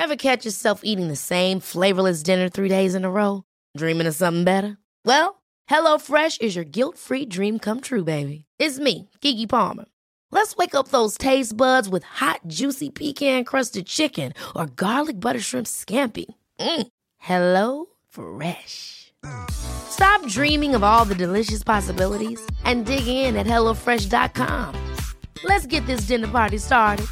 Ever catch yourself eating the same flavorless dinner 3 days in a row? Dreaming of something better? Well, HelloFresh is your guilt-free dream come true, baby. It's me, Keke Palmer. Let's wake up those taste buds with hot, juicy pecan-crusted chicken or garlic butter shrimp scampi. Hello Fresh. Stop dreaming of all the delicious possibilities and dig in at HelloFresh.com. Let's get this dinner party started.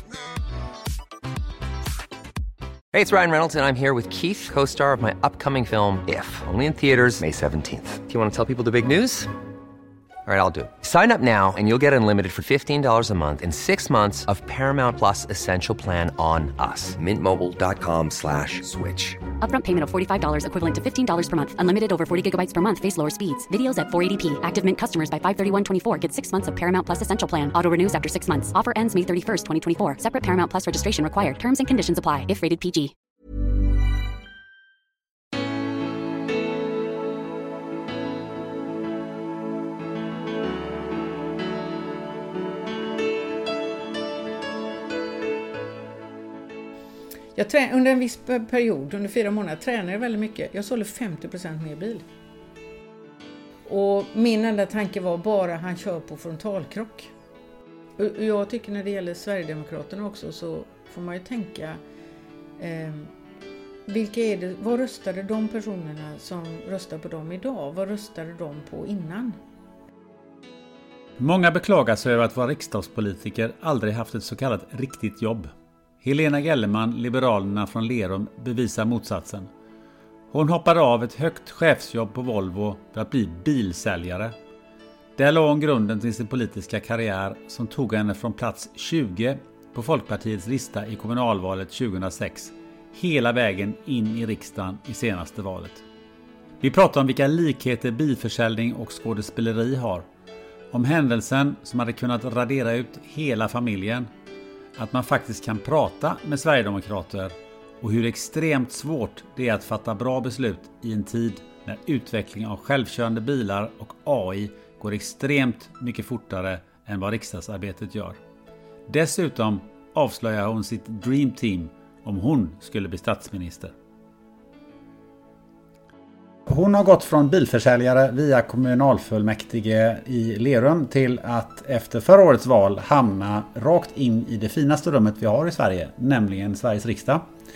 Hey, it's Ryan Reynolds, and I'm here with Keith, co-star of my upcoming film, If, only in theaters May 17th. Do you want to tell people the big news? All right, I'll do it. Sign up now and you'll get unlimited for $15 a month and 6 months of Paramount Plus Essential Plan on us. MintMobile.com/switch. Upfront payment of $45 equivalent to $15 per month. Unlimited over 40 gigabytes per month. Face lower speeds. Videos at 480p. Active Mint customers by 531.24 get 6 months of Paramount Plus Essential Plan. Auto renews after 6 months. Offer ends May 31st, 2024. Separate Paramount Plus registration required. Terms and conditions apply if rated PG. Under en viss period, under 4 månader, tränade jag väldigt mycket. Jag sålde 50% mer bil. Och min enda tanke var bara han kör på frontalkrock. Och jag tycker när det gäller Sverigedemokraterna också så får man ju tänka vilka är det, vad röstade de personerna som röstar på dem idag? Vad röstade de på innan? Många beklagar sig över att våra riksdagspolitiker aldrig haft ett så kallat riktigt jobb. Helena Gellerman, Liberalerna från Lerum, bevisar motsatsen. Hon hoppade av ett högt chefsjobb på Volvo för att bli bilsäljare. Där låg hon grunden till sin politiska karriär som tog henne från plats 20 på Folkpartiets lista i kommunalvalet 2006 hela vägen in i riksdagen i senaste valet. Vi pratar om vilka likheter bilförsäljning och skådespeleri har. Om händelsen som hade kunnat radera ut hela familjen. Att man faktiskt kan prata med Sverigedemokrater och hur extremt svårt det är att fatta bra beslut i en tid när utvecklingen av självkörande bilar och AI går extremt mycket fortare än vad riksdagsarbetet gör. Dessutom avslöjar hon sitt Dream Team om hon skulle bli statsminister. Hon har gått från bilförsäljare via kommunalfullmäktige i Lerum till att efter förra årets val hamna rakt in i det finaste rummet vi har i Sverige, nämligen Sveriges riksdag.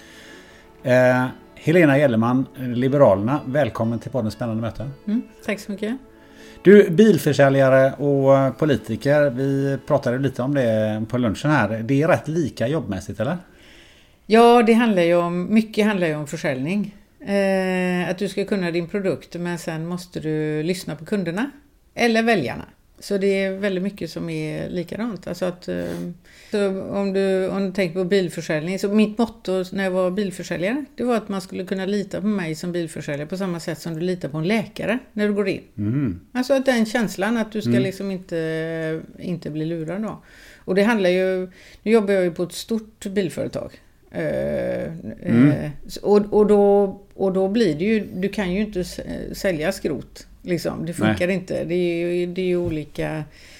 Helena Gellerman, Liberalerna, välkommen till podden Spännande möte. Tack så mycket. Du, bilförsäljare och politiker, vi pratade lite om det på lunchen här. Det är rätt lika jobbmässigt, eller? Ja, mycket handlar ju om försäljning. Att du ska kunna din produkt, men sen måste du lyssna på kunderna eller väljarna. Så det är väldigt mycket som är likadant. Alltså att, så om du tänker på bilförsäljning, så mitt motto när jag var bilförsäljare, det var att man skulle kunna lita på mig som bilförsäljare på samma sätt som du litar på en läkare när du går in. Alltså att den känslan att du ska liksom inte bli lurad då. Och det handlar ju, nu jobbar jag ju på ett stort bilföretag. Och då blir det ju, du kan ju inte sälja skrot liksom, det funkar inte, det är ju olika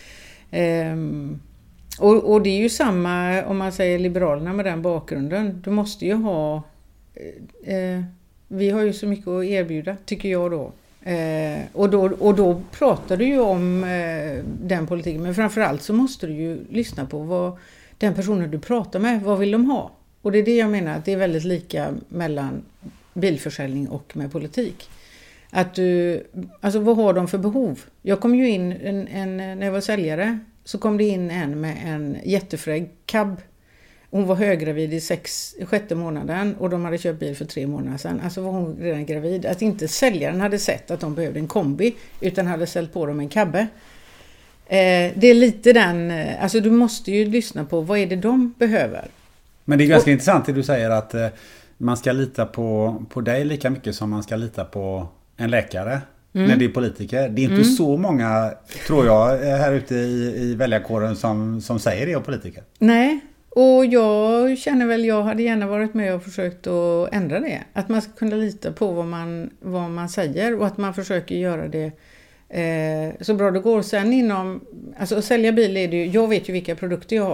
och det är ju samma om man säger Liberalerna med den bakgrunden, du måste ju ha vi har ju så mycket att erbjuda tycker jag då. Och då pratar du ju om den politiken, men framförallt så måste du ju lyssna på vad den personen du pratar med, vad vill de ha? Och det är det jag menar, att det är väldigt lika mellan bilförsäljning och med politik. Att du, alltså vad har de för behov? Jag kom ju in, när jag var säljare, så kom det in en med en jättefräck cab. Hon var höggravid i 6:e månaden och de hade köpt bil för 3 månader sedan. Alltså var hon redan gravid. Att inte säljaren hade sett att de behövde en kombi, utan hade sällt på dem en cabbe. Det är lite den, alltså du måste ju lyssna på vad är det de behöver. Men det är ganska intressant det du säger att man ska lita på dig lika mycket som man ska lita på en läkare när det är politiker. Det är inte så många, tror jag, här ute i väljarkåren som säger det om politiker. Nej, och jag känner väl, jag hade gärna varit med och försökt att ändra det. Att man ska kunna lita på vad man säger och att man försöker göra det så bra det går. Sen alltså att sälja bil är det ju, jag vet ju vilka produkter jag har.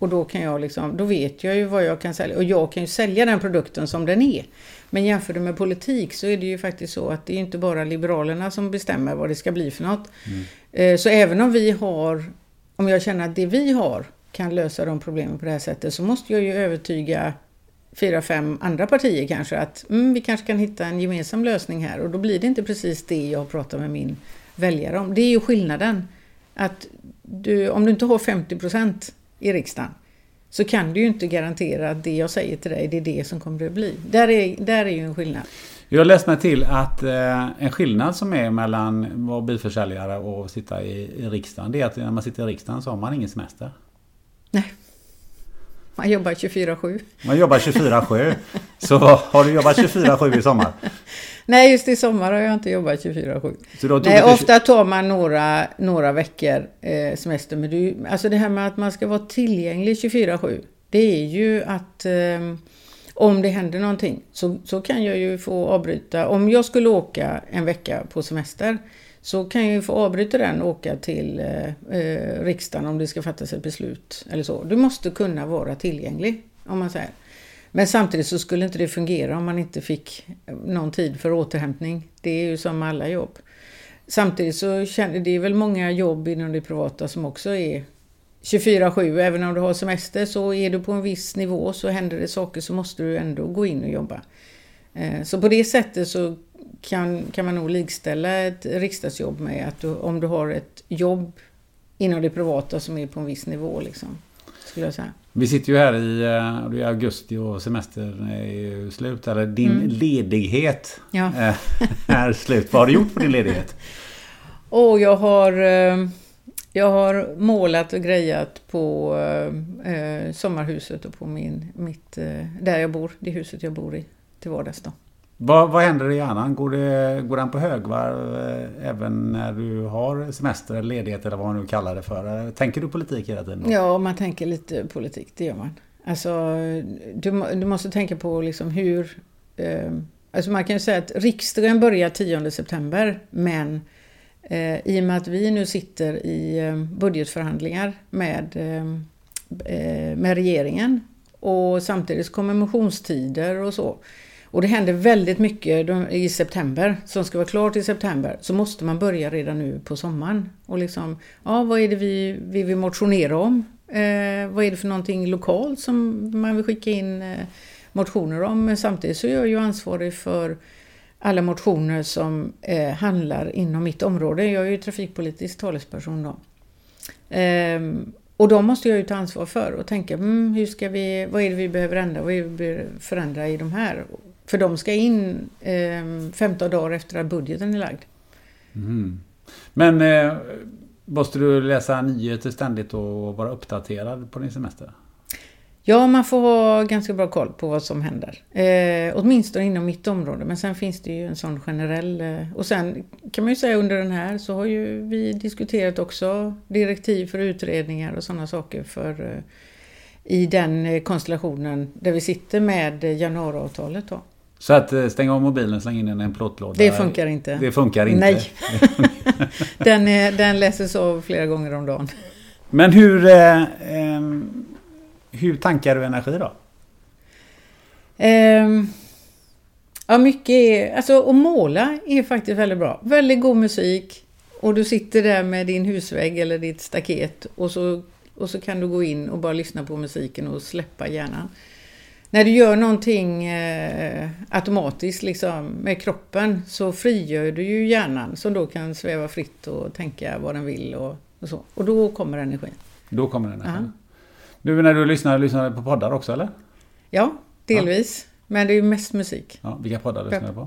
Och då kan jag då vet jag ju vad jag kan sälja. Och jag kan ju sälja den produkten som den är. Men jämfört med politik så är det ju faktiskt så att det är inte bara Liberalerna som bestämmer vad det ska bli för något. Så även om jag känner att det vi har kan lösa de problemen på det här sättet, så måste jag ju övertyga 4-5 andra partier kanske att vi kanske kan hitta en gemensam lösning här. Och då blir det inte precis det jag pratar med min väljare om. Det är ju skillnaden. Att om du inte har 50% i riksdagen så kan du ju inte garantera att det jag säger till dig, det är det som kommer att bli. Där är ju en skillnad. Jag läste mig till att en skillnad som är mellan att vara bilförsäljare och sitta i riksdagen, det är att när man sitter i riksdagen så har man ingen semester. Nej. Man jobbar 24/7. Man jobbar 24/7. Så har du jobbat 24/7 i sommar? Nej, just i sommar har jag inte jobbat 24/7. Ofta tar man några veckor semester. Men alltså det här med att man ska vara tillgänglig 24/7. Det är ju att om det händer någonting så kan jag ju få avbryta. Om jag skulle åka en vecka på semester så kan jag ju få avbryta den och åka till riksdagen om det ska fattas ett beslut eller så. Du måste kunna vara tillgänglig, om man säger. Men samtidigt så skulle inte det fungera om man inte fick någon tid för återhämtning. Det är ju som alla jobb. Samtidigt så känner det väl många jobb inom det privata som också är 24/7. Även om du har semester så är du på en viss nivå, så händer det saker så måste du ändå gå in och jobba. Så på det sättet så kan man nog likställa ett riksdagsjobb med att om du har ett jobb inom det privata som är på en viss nivå liksom, skulle jag säga. Vi sitter ju här i augusti och semestern är ju slut. Eller din ledighet är slut. Vad har du gjort på din ledighet? Jag har målat och grejat på sommarhuset och på mitt där jag bor, det huset jag bor i till vardags då. Vad händer i hjärnan? Går den på högvarv även när du har semester eller ledighet eller vad man nu kallar det för? Tänker du politik hela tiden? Ja, man tänker lite politik, det gör man. Alltså, du måste tänka på liksom hur... alltså man kan ju säga att riksdagen börjar 10 september, men i och med att vi nu sitter i budgetförhandlingar med regeringen och samtidigt kommer motionstider och så. Och det händer väldigt mycket i september som ska vara klart i september. Så måste man börja redan nu på sommaren. Och liksom, vad är det vi vill motionera om? Vad är det för någonting lokalt som man vill skicka in motioner om? Men samtidigt så är jag ju ansvarig för alla motioner som handlar inom mitt område. Jag är ju trafikpolitisk talesperson då. Och då måste jag ju ta ansvar för och tänka, vad är det vi behöver ändra? Vad är det vi behöver förändra i de här? För de ska in 15 dagar efter att budgeten är lagd. Mm. Men måste du läsa nyheter ständigt och vara uppdaterad på din semester? Ja, man får ha ganska bra koll på vad som händer. Åtminstone inom mitt område. Men sen finns det ju en sån generell... och sen kan man ju säga under den här så har ju vi diskuterat också direktiv för utredningar och sådana saker för i den konstellationen där vi sitter med januariavtalet då. Så att stänga av mobilen och slänga in en plåtlåda? Det funkar inte. Det funkar inte? Nej. Den läses av flera gånger om dagen. Men hur tankar du energi då? Ja, mycket är... Alltså att måla är faktiskt väldigt bra. Väldigt god musik. Och du sitter där med din husvägg eller ditt staket. Och så kan du gå in och bara lyssna på musiken och släppa hjärnan. När du gör någonting automatiskt liksom, med kroppen så frigör du ju hjärnan. Som då kan sväva fritt och tänka vad den vill och så. Och då kommer energin. Då kommer energin. Nu när du lyssnar på poddar också, eller? Ja, delvis. Ja. Men det är ju mest musik. Ja, vilka poddar lyssnar du på?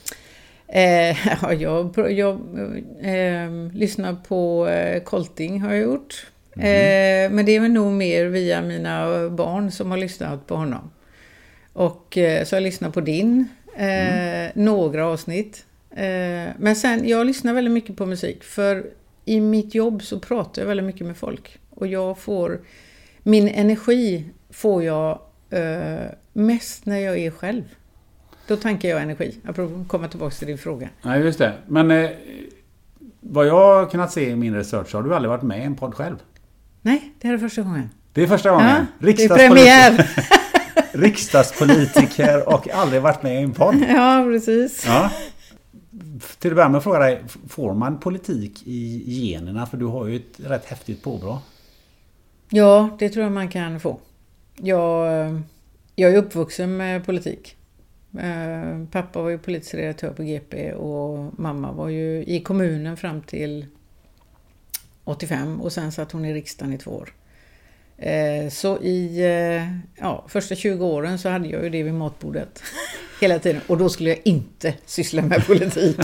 Jag lyssnar på Kolting har jag gjort. Men det är väl nog mer via mina barn som har lyssnat på honom. Och så jag lyssnar på din. Några avsnitt. Men sen, jag lyssnar väldigt mycket på musik. För i mitt jobb så pratar jag väldigt mycket med folk. Och jag får... Min energi får jag mest när jag är själv. Då tankar jag energi. Jag provar komma tillbaka till din fråga. Nej, just det. Men vad jag har kunnat se i min research har du aldrig varit med i en podd själv? Nej, det här är första gången. Det är första gången. Ja, det är premiär. Riksdagspolitiker och aldrig varit med i en podd. Ja, precis. Ja. Till att börja med att fråga dig, får man politik i generna? För du har ju ett rätt häftigt påbrå. Ja, det tror jag man kan få. Jag är uppvuxen med politik. Pappa var ju politisk redaktör på GP och mamma var ju i kommunen fram till 85 och sen satt hon i riksdagen i 2 år. Så i första 20 åren så hade jag ju det vid matbordet hela tiden och då skulle jag inte syssla med politik.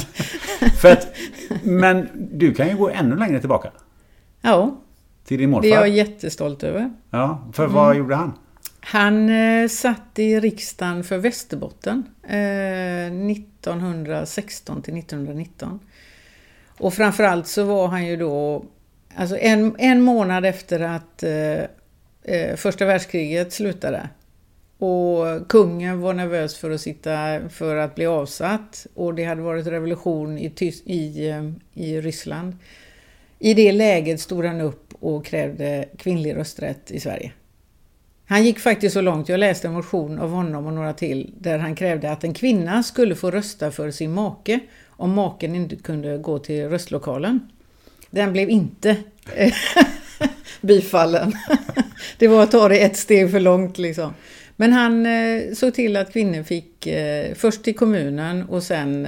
Men du kan ju gå ännu längre tillbaka. Ja, till din morfar. Det är jag jättestolt över. Ja, för vad gjorde han? Han satt i riksdagen för Västerbotten 1916 till 1919. Och framförallt så var han ju då, alltså en månad efter att första världskriget slutade. Och kungen var nervös för att bli avsatt. Och det hade varit revolution i Ryssland. I det läget stod han upp och krävde kvinnlig rösträtt i Sverige. Han gick faktiskt så långt, jag läste en motion av honom och några till, där han krävde att en kvinna skulle få rösta för sin make om maken inte kunde gå till röstlokalen. Den blev inte bifallen. Det var att ta det ett steg för långt liksom. Men han såg till att kvinnor fick först till kommunen och sen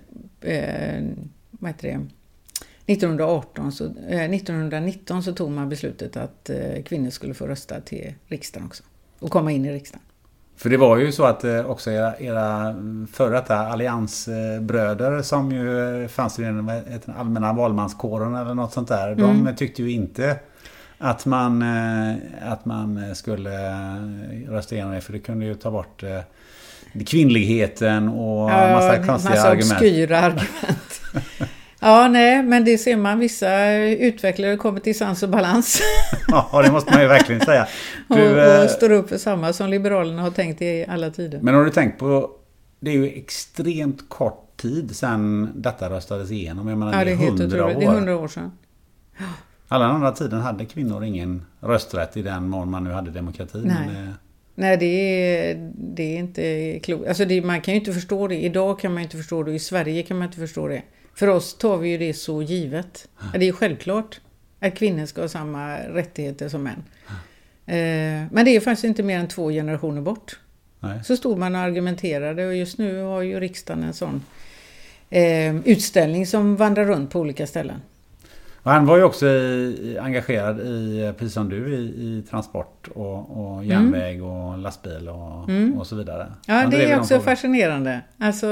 1919 så tog man beslutet att kvinnor skulle få rösta till riksdagen också. Och komma in i riksdagen. För det var ju så att också era före detta alliansbröder som ju fanns i den allmänna valmanskåren eller något sånt där. De tyckte ju inte att man skulle rösta igenom det, för det kunde ju ta bort kvinnligheten och massa konstiga argument. Obskyra argument. Ja, nej, men det ser man. Vissa utvecklare kommer till sans och balans. Ja, det måste man ju verkligen säga. Och står upp för samma som Liberalerna har tänkt i alla tider. Men har du tänkt på, det är ju extremt kort tid sedan detta röstades igenom. Jag menar, ja, det är helt 100 otroligt. år. Det är 100 år sedan. Alla andra tiden hade kvinnor ingen rösträtt i den mån man nu hade demokrati. Nej. Men, nej, det är inte klokt. Alltså man kan ju inte förstå det. Idag kan man inte förstå det. I Sverige kan man inte förstå det. För oss tar vi ju det så givet. Det är ju självklart att kvinnor ska ha samma rättigheter som män. Men det är ju faktiskt inte mer än 2 generationer bort. nej. Så stod man och argumenterade och just nu har ju riksdagen en sån utställning som vandrar runt på olika ställen. Och han var ju också engagerad precis som du, i transport och järnväg och lastbil och så vidare. Ja, det är också fascinerande. Alltså,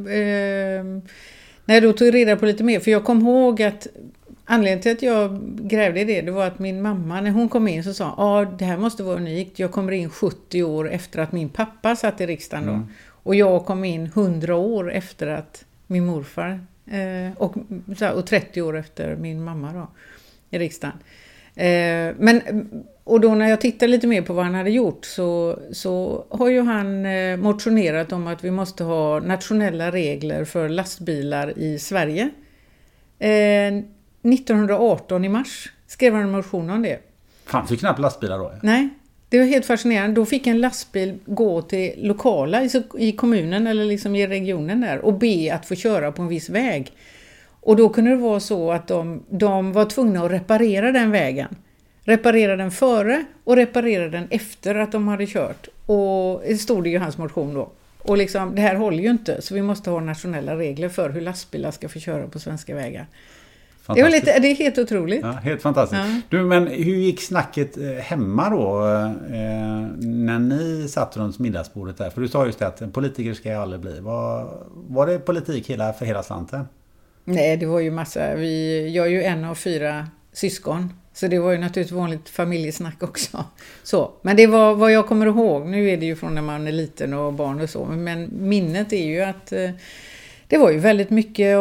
när jag då tog reda på lite mer, för jag kom ihåg att anledningen till att jag grävde i det var att min mamma, när hon kom in så sa det här måste vara unikt. Jag kommer in 70 år efter att min pappa satt i riksdagen då. Och jag kom in 100 år efter att min morfar och 30 år efter min mamma då i riksdagen. Och då när jag tittar lite mer på vad han hade gjort så har ju han motionerat om att vi måste ha nationella regler för lastbilar i Sverige. 1918 i mars skrev han en motion om det. Fanns ju knappt lastbilar då. Nej, det var helt fascinerande. Då fick en lastbil gå till lokala i kommunen eller liksom i regionen där och be att få köra på en viss väg. Och då kunde det vara så att de var tvungna att reparera den vägen. Reparera den före och reparera den efter att de hade kört. Och det stod det ju i hans motion då. Och liksom, det här håller ju inte, så vi måste ha nationella regler för hur lastbilar ska få köra på svenska vägar. Det är helt otroligt. Ja, helt fantastiskt. Ja. Du, men hur gick snacket hemma då när ni satt runt middagsbordet där? För du sa just det att politiker ska jag aldrig bli. Var det politik för hela slanten? Nej, det var ju massa. Jag är ju en av 4 syskon. Så det var ju naturligtvis vanligt familjesnack också. Så, men det var vad jag kommer ihåg. Nu är det ju från när man är liten och barn och så. Men minnet är ju att det var ju väldigt mycket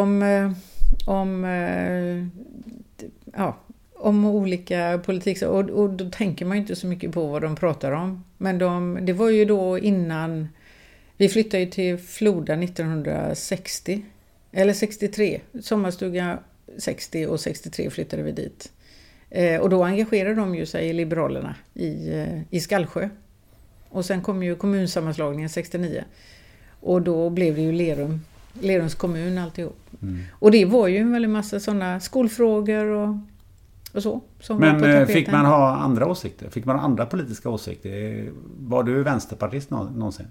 om olika politik. Och då tänker man ju inte så mycket på vad de pratar om. Men det var ju då innan. Vi flyttade ju till Floda 1960. Eller 63. Sommarstuga 60 och 63 flyttade vi dit. Och då engagerade de ju sig i Liberalerna i Skallsjö. Och sen kom ju kommunsammanslagningen 69. Och då blev det ju Lerums kommun alltihop. Och det var ju en väldigt massa sådana skolfrågor och så. Som men fick man ha andra åsikter? Fick man ha andra politiska åsikter? Var du vänsterpartist någonsin?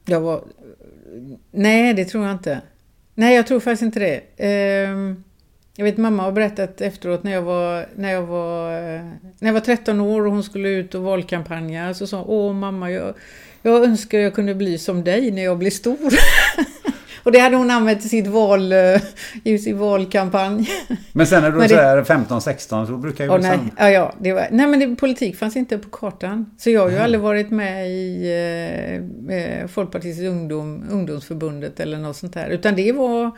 Nej, det tror jag inte. Nej, jag tror faktiskt inte det. Jag vet, mamma har berättat efteråt när jag var 13 år och hon skulle ut och valkampanja, så sa åh mamma, jag önskar jag kunde bli som dig när jag blir stor. Och det hade hon använt i sin valkampanj. Men sen när du säger 15-16 så brukar ju politik fanns inte på kartan. Så jag har ju aldrig varit med i Folkpartiets ungdomsförbundet eller något sånt där. Utan det var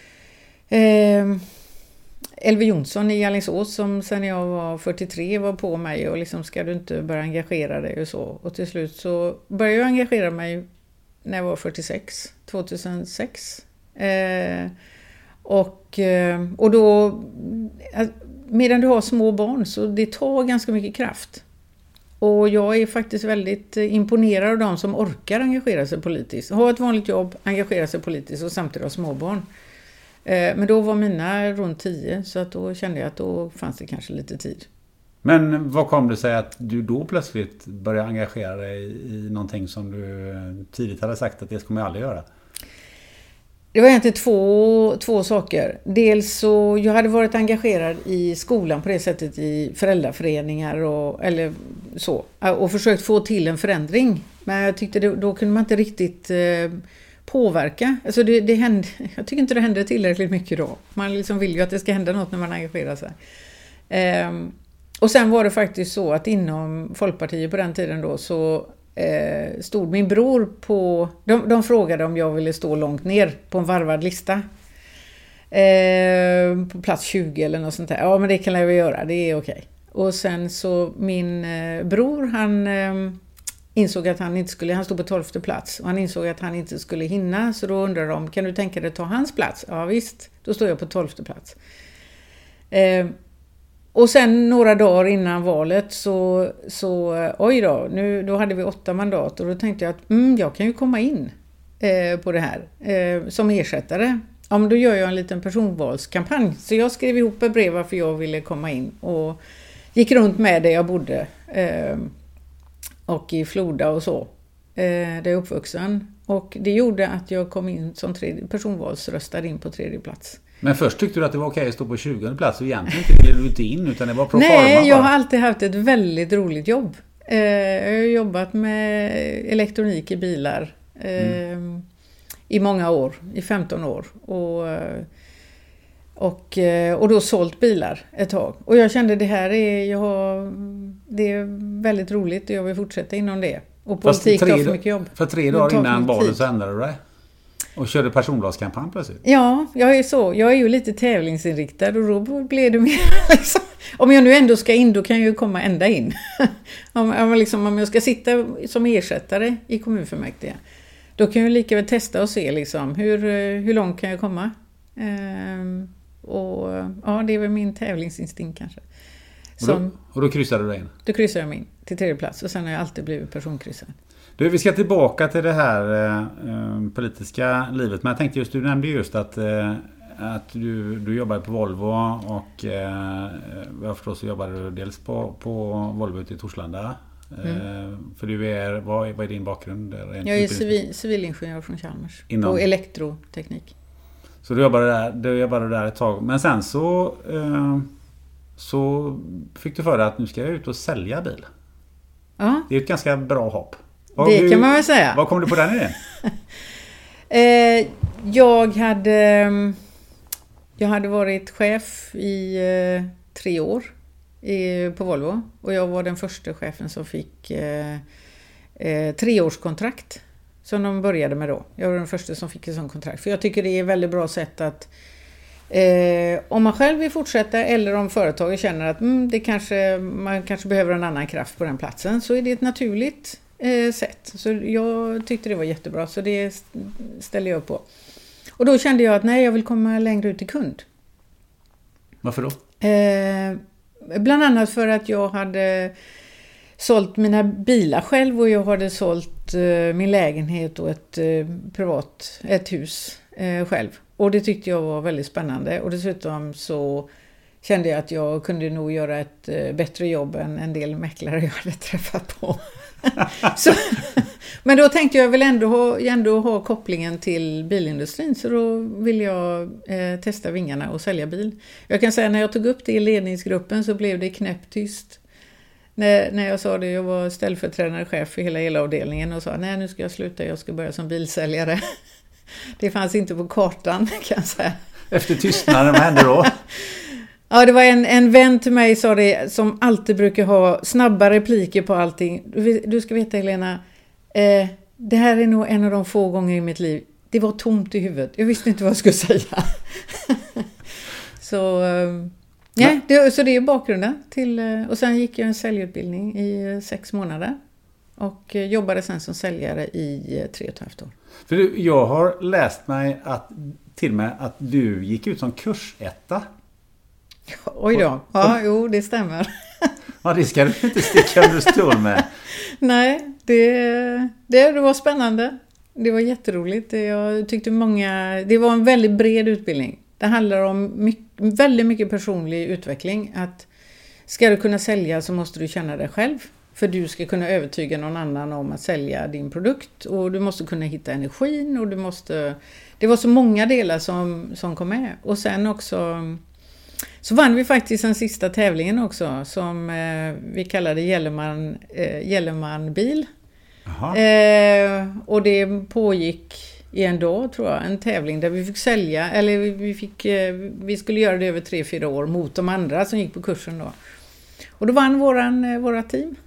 Elver Jonsson i Alingsås som sen jag var 43 var på mig och liksom, ska du inte börja engagera dig och så. Och till slut så började jag engagera mig när jag var 46, 2006. Och då, medan du har små barn så det tar ganska mycket kraft. Och jag är faktiskt väldigt imponerad av de som orkar engagera sig politiskt. Ha ett vanligt jobb, engagera sig politiskt och samtidigt ha småbarn. Men då var mina runt 10 så att då kände jag att då fanns det kanske lite tid. Men vad kom det sig att du då plötsligt började engagera dig i någonting som du tidigt hade sagt att det skulle man aldrig göra? Det var egentligen två saker. Dels så jag hade varit engagerad i skolan på det sättet i föräldraföreningar och försökt få till en förändring. Men jag tyckte då kunde man inte riktigt påverka. Alltså det hände, jag tycker inte det hände tillräckligt mycket då. Man liksom vill ju att det ska hända något när man engagerar sig. Och sen var det faktiskt så att inom Folkpartiet på den tiden då så stod min bror på... De frågade om jag ville stå långt ner på en varvad lista. På plats 20 eller något sånt där. Ja, men det kan jag väl göra, det är okej. Och sen så min bror, han insåg att han stod på 12:e plats. Och han insåg att han inte skulle hinna. Så då undrade de, kan du tänka dig att ta hans plats? Ja visst, då står jag på 12:e plats. Och sen några dagar innan valet så oj då, då hade vi 8 mandat och då tänkte jag att jag kan ju komma in på det här som ersättare. Ja, men då gör jag en liten personvalskampanj. Så jag skrev ihop ett brev varför jag ville komma in och gick runt med där jag bodde och i Floda och så, där jag är uppvuxen. Och det gjorde att jag kom in som personvalsröstade in på 3:e plats. Men först tyckte du att det var okej att stå på 20:e plats och egentligen inte ville du inte in utan det var pro forma. Nej, jag har alltid haft ett väldigt roligt jobb. Jag har jobbat med elektronik i bilar i många år, i 15 år. Och då sålt bilar ett tag. Och jag kände det är väldigt roligt och jag vill fortsätta inom det. Och politik tar för mycket jobb. För 3 dagar innan valet så ändrade du dig? Och körde personvalskampanj plötsligt? Ja, jag är så. Jag är ju lite tävlingsinriktad och då blev det mer liksom, om jag nu ändå ska in, då kan jag ju komma ända in. om jag ska sitta som ersättare i kommunfullmäktige, då kan jag lika väl testa och se liksom, hur långt kan jag komma. Och ja, det är väl min tävlingsinstinkt kanske. Och då kryssade du dig in? Då kryssade jag mig in till 3:e plats och sen har jag alltid blivit personkryssad. Vi ska tillbaka till det här politiska livet. Men jag tänkte du nämnde just att du jobbade på Volvo och jag förstår så jobbade du dels på Volvo ute i Torslanda. För vad är din bakgrund? Jag är civilingenjör från Chalmers på elektroteknik. Så du jobbade där ett tag. Men sen så fick du för dig att nu ska jag ut och sälja bil. Ja. Det är ett ganska bra hopp. Det kan man väl säga. Vad kom du på den idén? Jag hade varit chef i 3 år på Volvo. Och jag var den första chefen som fick 3-årskontrakt. Som de började med då. Jag var den första som fick ett sånt kontrakt. För jag tycker det är ett väldigt bra sätt att om man själv vill fortsätta eller om företaget känner att man kanske behöver en annan kraft på den platsen, så är det ett naturligt sätt. Så jag tyckte det var jättebra, så det ställde jag upp på. Och då kände jag att jag vill komma längre ut till kund. Varför då? bland annat för att jag hade sålt mina bilar själv och jag hade sålt min lägenhet och ett hus själv. Och det tyckte jag var väldigt spännande. Och dessutom så kände jag att jag kunde nog göra ett bättre jobb än en del mäklare jag hade träffat på. Men då tänkte jag väl ändå ha kopplingen till bilindustrin, så då ville jag testa vingarna och sälja bil. Jag kan säga när jag tog upp det i ledningsgruppen så blev det knäpptyst. När jag sa det, jag var ställföreträdande chef för hela elavdelningen och sa nej, nu ska jag sluta, jag ska börja som bilsäljare. Det fanns inte på kartan, kan jag säga. Efter tystnaden, vad hände då? Ja, det var en vän till mig sa det, som alltid brukar ha snabba repliker på allting. Du ska veta, Helena, det här är nog en av de få gånger i mitt liv. Det var tomt i huvudet. Jag visste inte vad jag skulle säga. Så det är bakgrunden till. Och sen gick jag en säljutbildning i 6 månader. Och jobbade sen som säljare i 3,5 år. För jag har läst mig till och med att du gick ut som kursetta. Oj då. Ja, jo, det stämmer. Ja, det ska du inte sticka under stol med. Nej, det var spännande. Det var jätteroligt. Jag tyckte det var en väldigt bred utbildning. Det handlar om väldigt mycket personlig utveckling. Att ska du kunna sälja så måste du känna dig själv. För du ska kunna övertyga någon annan om att sälja din produkt. Och du måste kunna hitta energin. Och det var så många delar som kom med. Och sen också så vann vi faktiskt den sista tävlingen också. Som vi kallade Gellerman bil. Och det pågick i en dag, tror jag. En tävling där vi fick sälja. Eller vi skulle göra det över 3-4 år mot de andra som gick på kursen då. Och då vann våra team.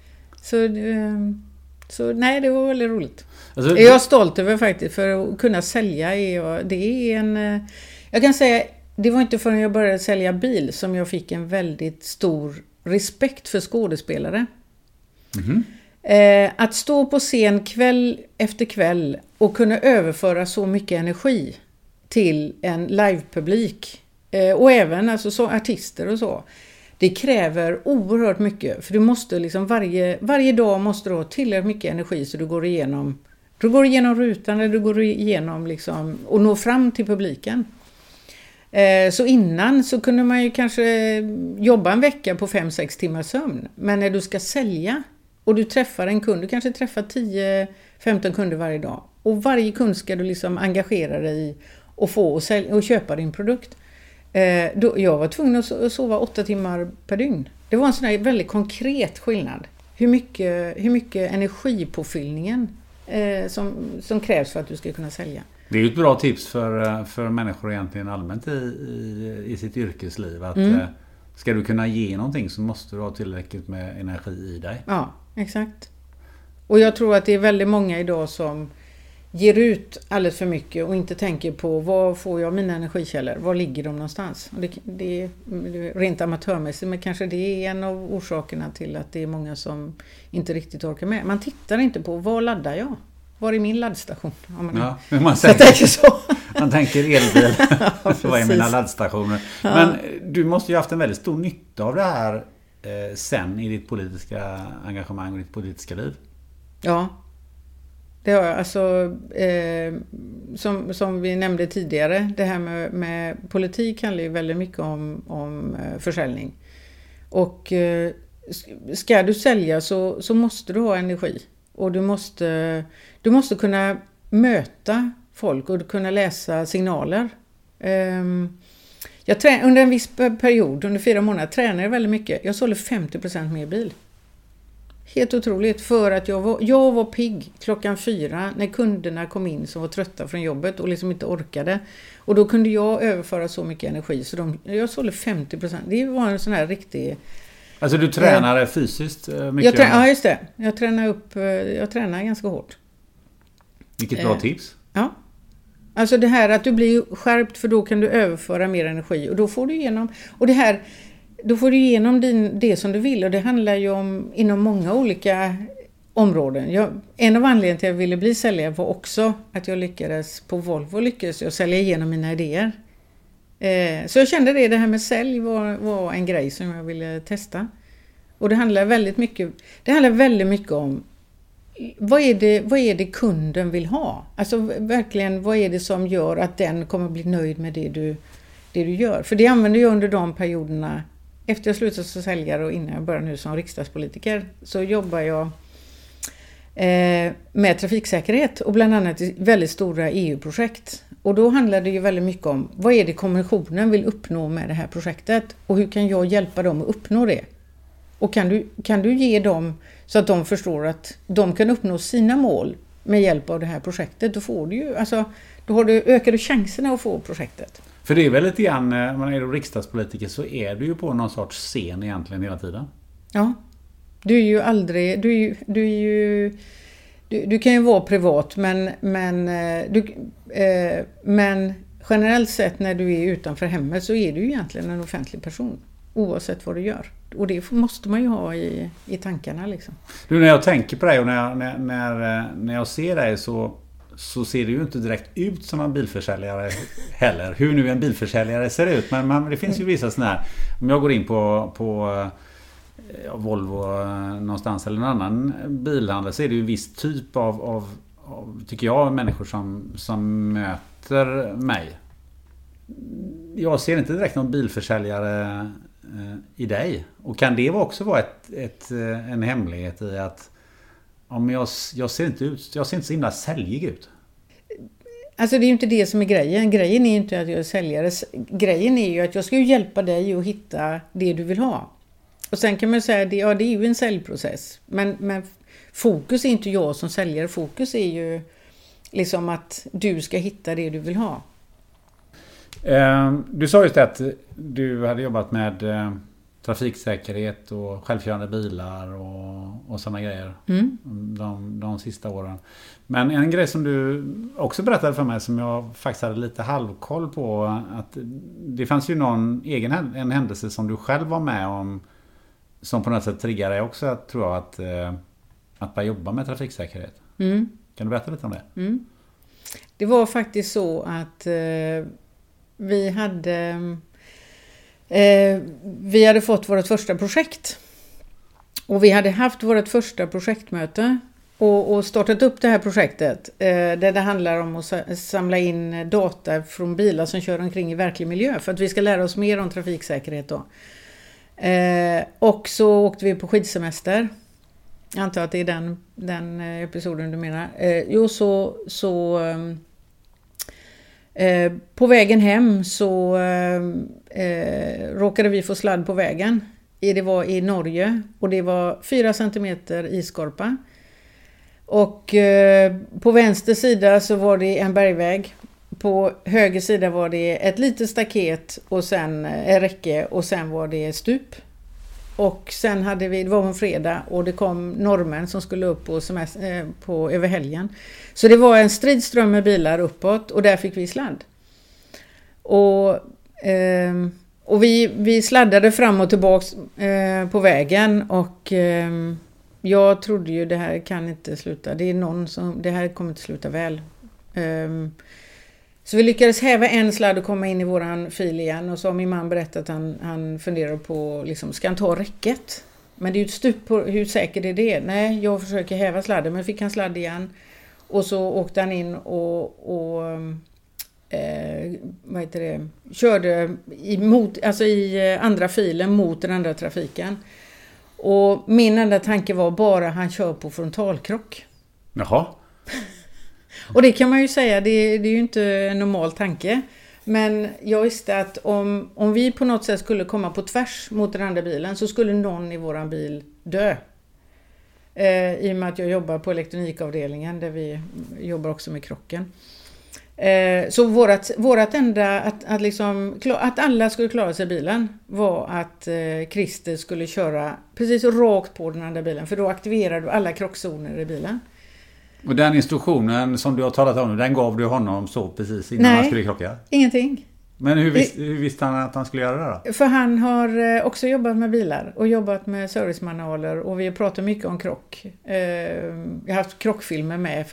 Så nej, det var väldigt roligt. Alltså, jag är stolt över faktiskt, för att kunna sälja. Jag kan säga, det var inte förrän jag började sälja bil som jag fick en väldigt stor respekt för skådespelare. Mm-hmm. Att stå på scen kväll efter kväll och kunna överföra så mycket energi till en livepublik. Och även alltså, så artister och så. Det kräver oerhört mycket, för du måste liksom varje dag måste du ha tillräckligt mycket energi så du går igenom rutan, eller du går igenom liksom, och når fram till publiken. Så innan så kunde man ju kanske jobba en vecka på 5-6 timmar sömn. Men när du ska sälja och du träffar en kund, du kanske träffar 10-15 kunder varje dag. Och varje kund ska du liksom engagera dig i och få och köpa din produkt. Jag var tvungen att sova 8 timmar per dygn. Det var en sån här väldigt konkret skillnad. Hur mycket energipåfyllningen som krävs för att du ska kunna sälja. Det är ju ett bra tips för människor egentligen allmänt i sitt yrkesliv. Att ska du kunna ge någonting så måste du ha tillräckligt med energi i dig. Ja, exakt. Och jag tror att det är väldigt många idag som ger ut alldeles för mycket och inte tänker på var får jag mina energikällor, var ligger de någonstans. Och det är rent amatörmässigt, men kanske det är en av orsakerna till att det är många som inte riktigt orkar med. Man tittar inte på var laddar jag? Var är min laddstation? Man tänker elbil. Vad är mina laddstationer? Ja. Men du måste ju haft en väldigt stor nytta av det här sen i ditt politiska engagemang och ditt politiska liv. Ja. Det har jag. Alltså, som vi nämnde tidigare, det här med politik handlar ju väldigt mycket om försäljning. Och ska du sälja så måste du ha energi. Och du måste kunna möta folk och kunna läsa signaler. Under en viss period, under 4 månader, tränade jag väldigt mycket. Jag sålde 50% mer bil. Helt otroligt, för att jag var pigg 4:00 när kunderna kom in som var trötta från jobbet och liksom inte orkade. Och då kunde jag överföra så mycket energi så jag sålde 50%. Det var en sån här riktig... Alltså du tränade fysiskt mycket? Ja, just det. Jag tränar ganska hårt. Vilket bra tips. Ja. Alltså det här att du blir skärpt, för då kan du överföra mer energi. Och då får du igenom... Och det här... Då får du igenom det som du vill, och det handlar ju om inom många olika områden. En av anledningarna till att jag ville bli säljare var också att jag lyckades på Volvo sälja igenom mina idéer. Så jag kände det här med sälj var en grej som jag ville testa. Och det handlar väldigt mycket om vad är det kunden vill ha? Alltså verkligen, vad är det som gör att den kommer bli nöjd med det du gör? För det använder jag under de perioderna. Efter jag slutade som säljare och innan jag började nu som riksdagspolitiker så jobbar jag med trafiksäkerhet och bland annat i väldigt stora EU-projekt. Och då handlar det ju väldigt mycket om vad är det kommissionen vill uppnå med det här projektet och hur kan jag hjälpa dem att uppnå det? Och kan du ge dem så att de förstår att de kan uppnå sina mål med hjälp av det här projektet, då får du ju, alltså, ökar du chanserna att få projektet. För det är väl lite grann, när man är riksdagspolitiker så är du ju på någon sorts scen egentligen hela tiden. Ja, du är ju aldrig, du kan ju vara privat men generellt sett när du är utanför hemmet så är du ju egentligen en offentlig person oavsett vad du gör. Och det måste man ju ha i tankarna liksom. Du, när jag tänker på dig och när jag ser dig så ser det ju inte direkt ut som en bilförsäljare heller. Hur nu en bilförsäljare ser ut. Men det finns ju vissa sådana här. Om jag går in på Volvo någonstans eller någon annan bilhandel så är det ju en viss typ av tycker jag, människor som möter mig. Jag ser inte direkt någon bilförsäljare i dig. Och kan det också vara en hemlighet i att om jag ser inte så himla säljig ut? Alltså det är ju inte det som är grejen. Grejen är ju inte att jag är säljare. Grejen är ju att jag ska ju hjälpa dig att hitta det du vill ha. Och sen kan man säga att det är ju en säljprocess. Men fokus är inte jag som säljare. Fokus är ju liksom att du ska hitta det du vill ha. Du sa just att du hade jobbat med trafiksäkerhet och självkörande bilar och sådana grejer de sista åren. Men en grej som du också berättade för mig som jag faktiskt hade lite halvkoll på, att det fanns ju en händelse som du själv var med om som på något sätt triggade dig också, tror jag, att börja jobba med trafiksäkerhet. Kan du berätta lite om det? Det var faktiskt så att vi hade fått vårt första projekt och vi hade haft vårt första projektmöte och startat upp det här projektet där det handlar om att samla in data från bilar som kör omkring i verklig miljö för att vi ska lära oss mer om trafiksäkerhet då. Och så åkte vi på skidsemester. Jag antar att det är den episoden du menar. På vägen hem så råkade vi få sladd på vägen. Det var i Norge och det var 4 centimeter iskorpa. Och på vänster sida så var det en bergväg. På höger sida var det ett litet staket och sen en räcke och sen var det stup. Och sen det var en fredag och det kom norrmän som skulle upp på över helgen. Så det var en stridström med bilar uppåt och där fick vi sladd. Och vi sladdade fram och tillbaks på vägen och jag trodde ju det här kan inte sluta. Det här kommer inte sluta väl. Så vi lyckades häva en sladd och komma in i våran fil igen. Och så har min man berättat att han funderar på, liksom, ska han ta räcket? Men det är ju ett stup på hur säkert är det? Nej, jag försöker häva sladden, men fick han sladd igen. Och så åkte han in och körde i andra filen mot den andra trafiken. Och min enda tanke var bara han kör på frontalkrock. Jaha. Och det kan man ju säga, det är ju inte en normal tanke. Men jag visste att om vi på något sätt skulle komma på tvärs mot den andra bilen så skulle någon i våran bil dö. I och med att jag jobbar på elektronikavdelningen där vi jobbar också med krocken. Så vårat enda att alla skulle klara sig i bilen var att Christer skulle köra precis rakt på den andra bilen. För då aktiverar du alla krockzoner i bilen. Och den instruktionen som du har talat om, den gav du honom så precis innan han skulle krocka? Ingenting. Men hur visste han att han skulle göra det då? För han har också jobbat med bilar och jobbat med servicemanualer och vi har pratat mycket om krock. Jag har haft krockfilmer med för att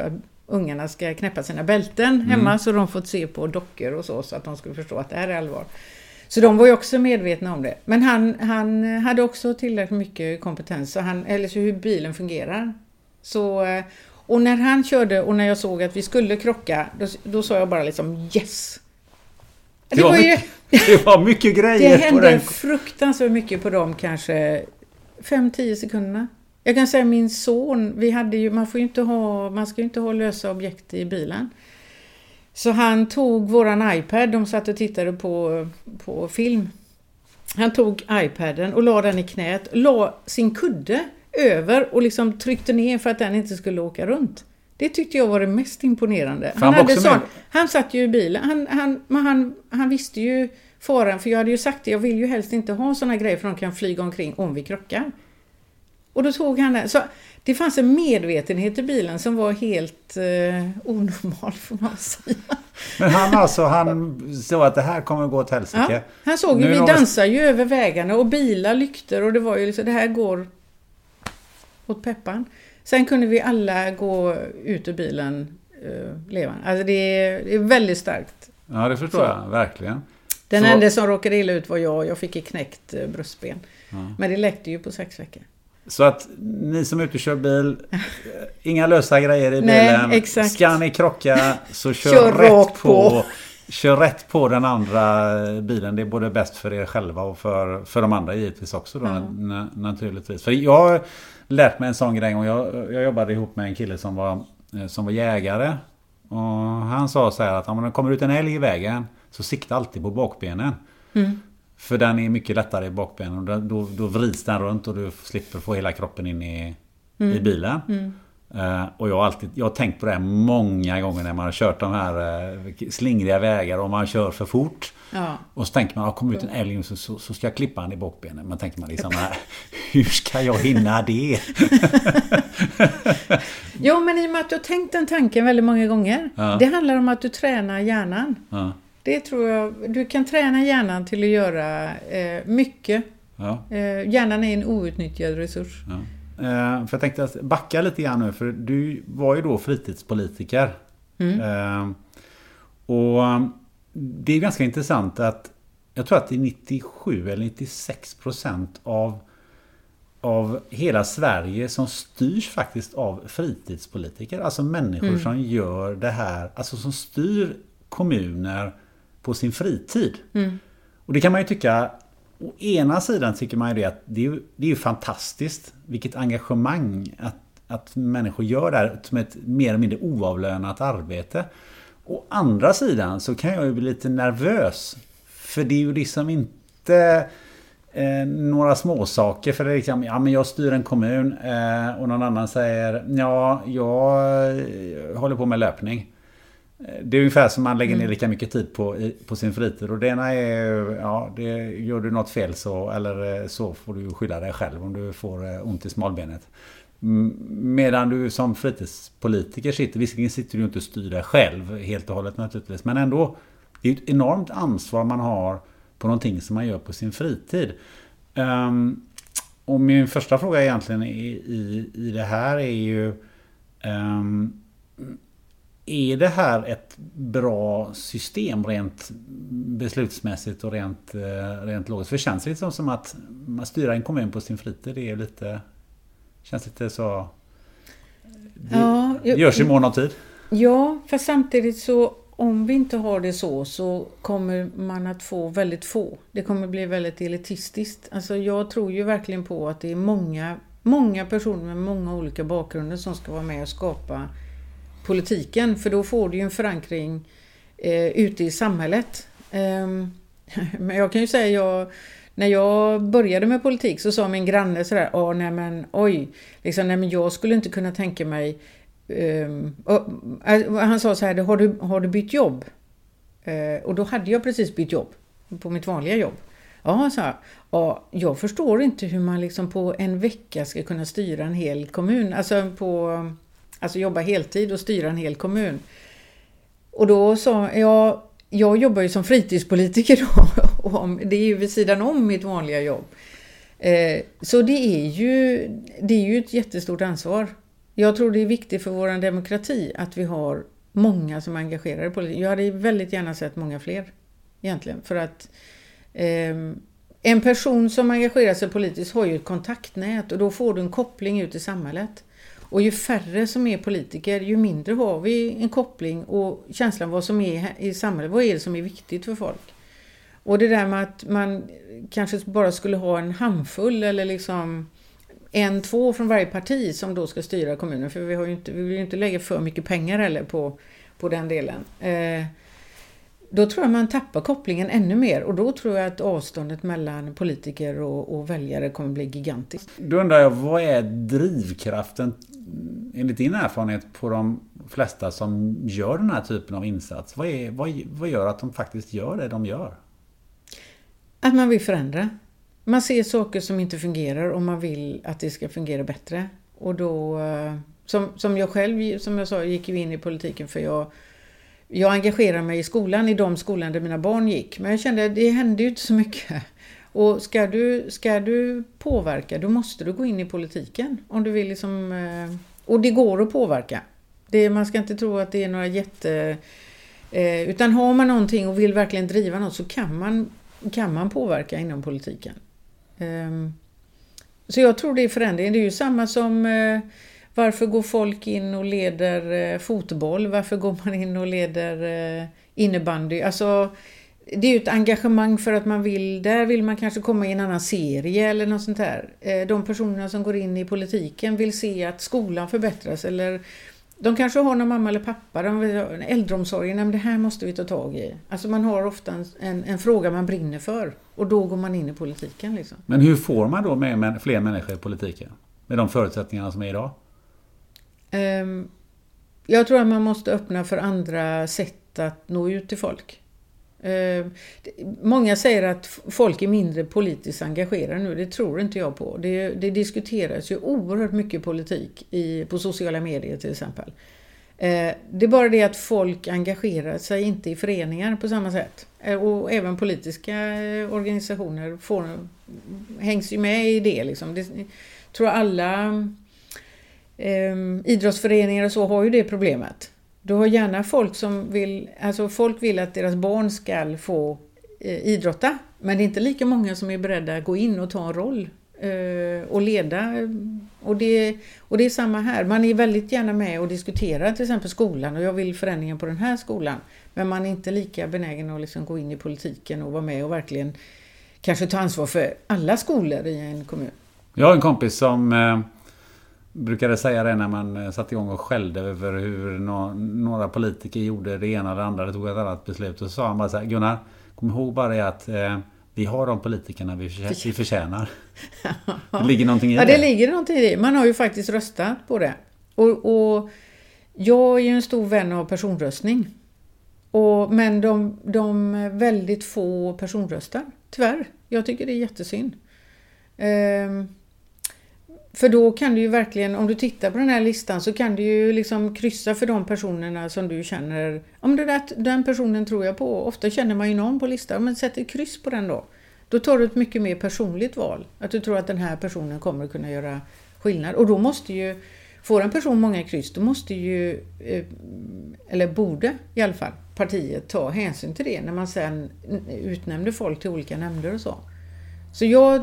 ungarna ska knäppa sina bälten hemma, så de fått se på dockor och så att de skulle förstå att det här är allvar. Så de var ju också medvetna om det. Men han hade också tillräckligt mycket kompetens, så hur bilen fungerar. Så, och när han körde och när jag såg att vi skulle krocka, då sa jag bara liksom yes. Det var mycket grejer. Det hände fruktansvärt mycket på dem, kanske 5-10 sekunderna. Jag kan säga min son, man ska ju inte ha lösa objekt i bilen. Så han tog våran iPad, de satt och tittade på film. Han tog iPaden och la den i knät, la sin kudde över och liksom tryckte ner för att den inte skulle åka runt. Det tyckte jag var det mest imponerande. Han satt ju i bilen, han visste ju faran, för jag hade ju sagt det, jag vill ju helst inte ha såna grejer för de kan flyga omkring om vi krockar. Och då tog han det. Så det fanns en medvetenhet i bilen som var helt onormal, får man säga. Men han såg att det här kommer gå åt helsike. Ja, han såg ju, vi dansar ju över vägarna och bilar, lykter, och det var ju liksom, det här går åt peppan. Sen kunde vi alla gå ut ur bilen levande. Alltså det är väldigt starkt. Ja, det förstår jag, verkligen. Den enda som råkade illa ut var jag fick ett knäckt bröstben. Ja. Men det läckte ju på 6 veckor. Så att ni som är ute och kör bil, inga lösa grejer i bilen. Nej, exakt. Ska ni krocka så kör rätt på den andra bilen. Det är både bäst för er själva och för de andra givetvis också då, naturligtvis. För jag har lärt mig en sån grej, och jag jobbade ihop med en kille som var jägare, och han sa så här att om det kommer ut en älg i vägen så sikta alltid på bakbenen. För den är mycket lättare i bakbenen, och då vrids den runt och du slipper få hela kroppen in i bilen. Och jag har tänkt på det här många gånger när man har kört de här slingriga vägar och man kör för fort. Ja. Och så tänker man, kommer ut en älg så ska jag klippa han i bakbenen. Man tänker man liksom, hur ska jag hinna det? Jo, men i och med att du har tänkt den tanken väldigt många gånger. Ja. Det handlar om att du tränar hjärnan. Ja. Det tror jag, du kan träna hjärnan till att göra mycket. Ja. Hjärnan är en outnyttjad resurs. Ja. För jag tänkte att backa lite grann nu, för du var ju då fritidspolitiker. Och det är ganska intressant att jag tror att det är 97 eller 96% av hela Sverige som styrs faktiskt av fritidspolitiker. Alltså människor som gör det här, alltså som styr kommuner på sin fritid. Och det kan man ju tycka, å ena sidan tycker man ju det att det är ju fantastiskt vilket engagemang att människor gör det här som ett mer eller mindre oavlönat arbete. Å andra sidan så kan jag ju bli lite nervös, för det är ju liksom inte några små saker, för det är liksom, men jag styr en kommun och någon annan säger jag håller på med löpning. Det är ungefär som man lägger ner lika mycket tid på sin fritid, och det ena är det gör du något fel så får du skylla dig själv om du får ont i smalbenet. Medan du som fritidspolitiker visserligen sitter du inte och styr dig själv helt och hållet naturligtvis, men ändå det är ett enormt ansvar man har på någonting som man gör på sin fritid. Och min första fråga egentligen i det här är ju är det här ett bra system rent beslutsmässigt och rent logiskt? För det känns lite som att man styr en kommun på sin fritid. Det är lite, känns lite så. Det görs i mån av tid. Ja, för samtidigt så om vi inte har det så kommer man att få väldigt få. Det kommer bli väldigt elitistiskt. Alltså jag tror ju verkligen på att det är många personer med många olika bakgrunder som ska vara med och skapa politiken, för då får du ju en förankring ute i samhället. Men jag kan ju säga, när jag började med politik så sa min granne sådär, men jag skulle inte kunna tänka mig, han sa så här, har du bytt jobb? Och då hade jag precis bytt jobb på mitt vanliga jobb. Ja, så här, jag förstår inte hur man liksom på en vecka ska kunna styra en hel kommun, alltså jobba heltid och styra en hel kommun. Och då sa jag jobbar ju som fritidspolitiker då, och det är ju vid sidan om mitt vanliga jobb. Så det är ju ett jättestort ansvar. Jag tror det är viktigt för vår demokrati att vi har många som engagerar i politik. Jag hade väldigt gärna sett många fler egentligen. För att en person som engagerar sig politiskt har ju ett kontaktnät och då får du en koppling ut i samhället. Och ju färre som är politiker, ju mindre har vi en koppling och känslan vad som är i samhället. Vad är det som är viktigt för folk? Och det där med att man kanske bara skulle ha en handfull eller liksom 1-2 från varje parti som då ska styra kommunen. För vi vill ju inte lägga för mycket pengar heller på den delen. Då tror jag man tappar kopplingen ännu mer. Och då tror jag att avståndet mellan politiker och väljare kommer bli gigantiskt. Då undrar jag, vad är drivkraften enligt din erfarenhet på de flesta som gör den här typen av insats? Vad gör att de faktiskt gör det de gör? Att man vill förändra. Man ser saker som inte fungerar och man vill att det ska fungera bättre. Och då, som jag själv, som jag sa, gick ju in i politiken för jag engagerar mig i skolan, i de skolan där mina barn gick. Men jag kände att det hände ju inte så mycket. Och ska du påverka, då måste du gå in i politiken. Om du vill liksom, och det går att påverka. Man ska inte tro att det är några utan har man någonting och vill verkligen driva något så kan man påverka inom politiken. Så jag tror det är förändring. Det är ju samma som varför går folk in och leder fotboll? Varför går man in och leder innebandy? Alltså, det är ju ett engagemang för att där vill man kanske komma i en annan serie eller något sånt här. De personerna som går in i politiken vill se att skolan förbättras eller de kanske har någon mamma eller pappa, äldreomsorgen, men det här måste vi ta tag i. Alltså man har ofta en fråga man brinner för och då går man in i politiken. Liksom. Men hur får man då med fler människor i politiken? Med de förutsättningarna som är idag? Jag tror att man måste öppna för andra sätt att nå ut till folk. Många säger att folk är mindre politiskt engagerade nu. Det tror inte jag på. Det diskuteras ju oerhört mycket politik på sociala medier till exempel. Det är bara det att folk engagerar sig inte i föreningar på samma sätt. Och även politiska organisationer hängs ju med i det. Liksom. Tror alla idrottsföreningar och så har ju det problemet. Du har gärna folk som folk vill att deras barn ska få idrotta. Men det är inte lika många som är beredda att gå in och ta en roll och leda. Och det är samma här. Man är väldigt gärna med och diskuterar till exempel skolan. Och jag vill förändringen på den här skolan. Men man är inte lika benägen att liksom gå in i politiken och vara med och verkligen kanske ta ansvar för alla skolor i en kommun. Jag har en kompis som brukade säga det när man satt igång och skällde över hur några politiker gjorde det ena eller andra, det tog ett annat beslut. Och så sa han bara så här: Gunnar, kom ihåg bara det att vi har de politikerna vi förtjänar. Det ligger någonting i det. Ja, det ligger någonting i det. Man har ju faktiskt röstat på det. Och jag är ju en stor vän av personröstning. Men de väldigt få personröstar, tyvärr. Jag tycker det är jättesynd. För då kan du ju verkligen, om du tittar på den här listan så kan du ju liksom kryssa för de personerna som du känner, den personen tror jag på. Ofta känner man ju någon på listan, men sätt ett kryss på den då. Då tar du ett mycket mer personligt val. Att du tror att den här personen kommer att kunna göra skillnad. Och då måste ju, får en person många kryss, då måste ju, eller borde i alla fall, partiet ta hänsyn till det när man sen utnämner folk till olika nämnder och så. Så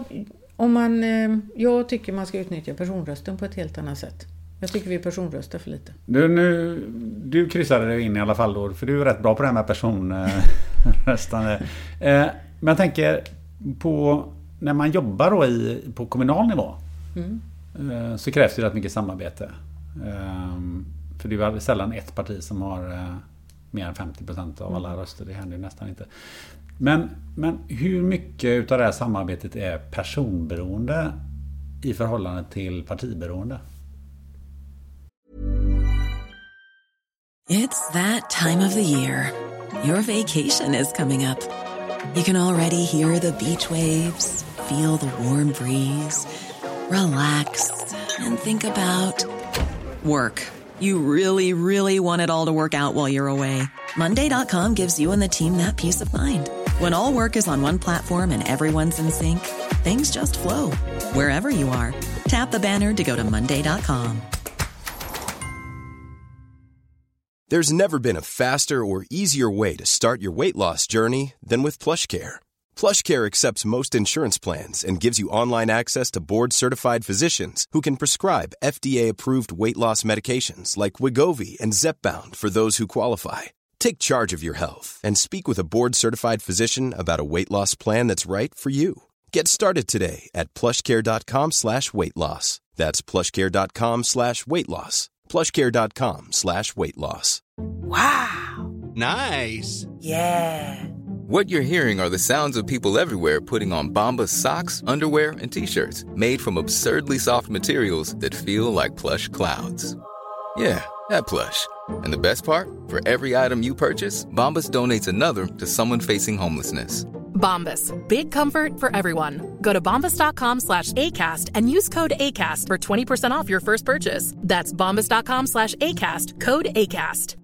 jag tycker man ska utnyttja personrösten på ett helt annat sätt. Jag tycker vi personröstar för lite. Du kryssade dig in i alla fall då, för du är rätt bra på det här med personröstande. Men jag tänker på när man jobbar då på kommunal nivå så krävs det rätt mycket samarbete. För det är väl sällan ett parti som har mer än 50% av alla röster. Det händer ju nästan inte. Men hur mycket av det här samarbetet är personberoende i förhållande till partiberoende? It's that time of the year. Your vacation is coming up. You can already hear the beach waves, feel the warm breeze, relax and think about work. You really, really want it all to work out while you're away. Monday.com gives you and the team that peace of mind. When all work is on one platform and everyone's in sync, things just flow. Wherever you are, tap the banner to go to Monday.com. There's never been a faster or easier way to start your weight loss journey than with PlushCare. PlushCare accepts most insurance plans and gives you online access to board-certified physicians who can prescribe FDA-approved weight loss medications like Wegovy and Zepbound for those who qualify. Take charge of your health and speak with a board-certified physician about a weight loss plan that's right for you. Get started today at plushcare.com/weightloss. That's plushcare.com/weightloss. plushcare.com/weightloss. Wow. Nice. Yeah. What you're hearing are the sounds of people everywhere putting on Bombas socks, underwear, and T-shirts made from absurdly soft materials that feel like plush clouds. Yeah, that plush. And the best part? For every item you purchase, Bombas donates another to someone facing homelessness. Bombas. Big comfort for everyone. Go to bombas.com/ACAST and use code ACAST for 20% off your first purchase. That's bombas.com/ACAST. Code ACAST.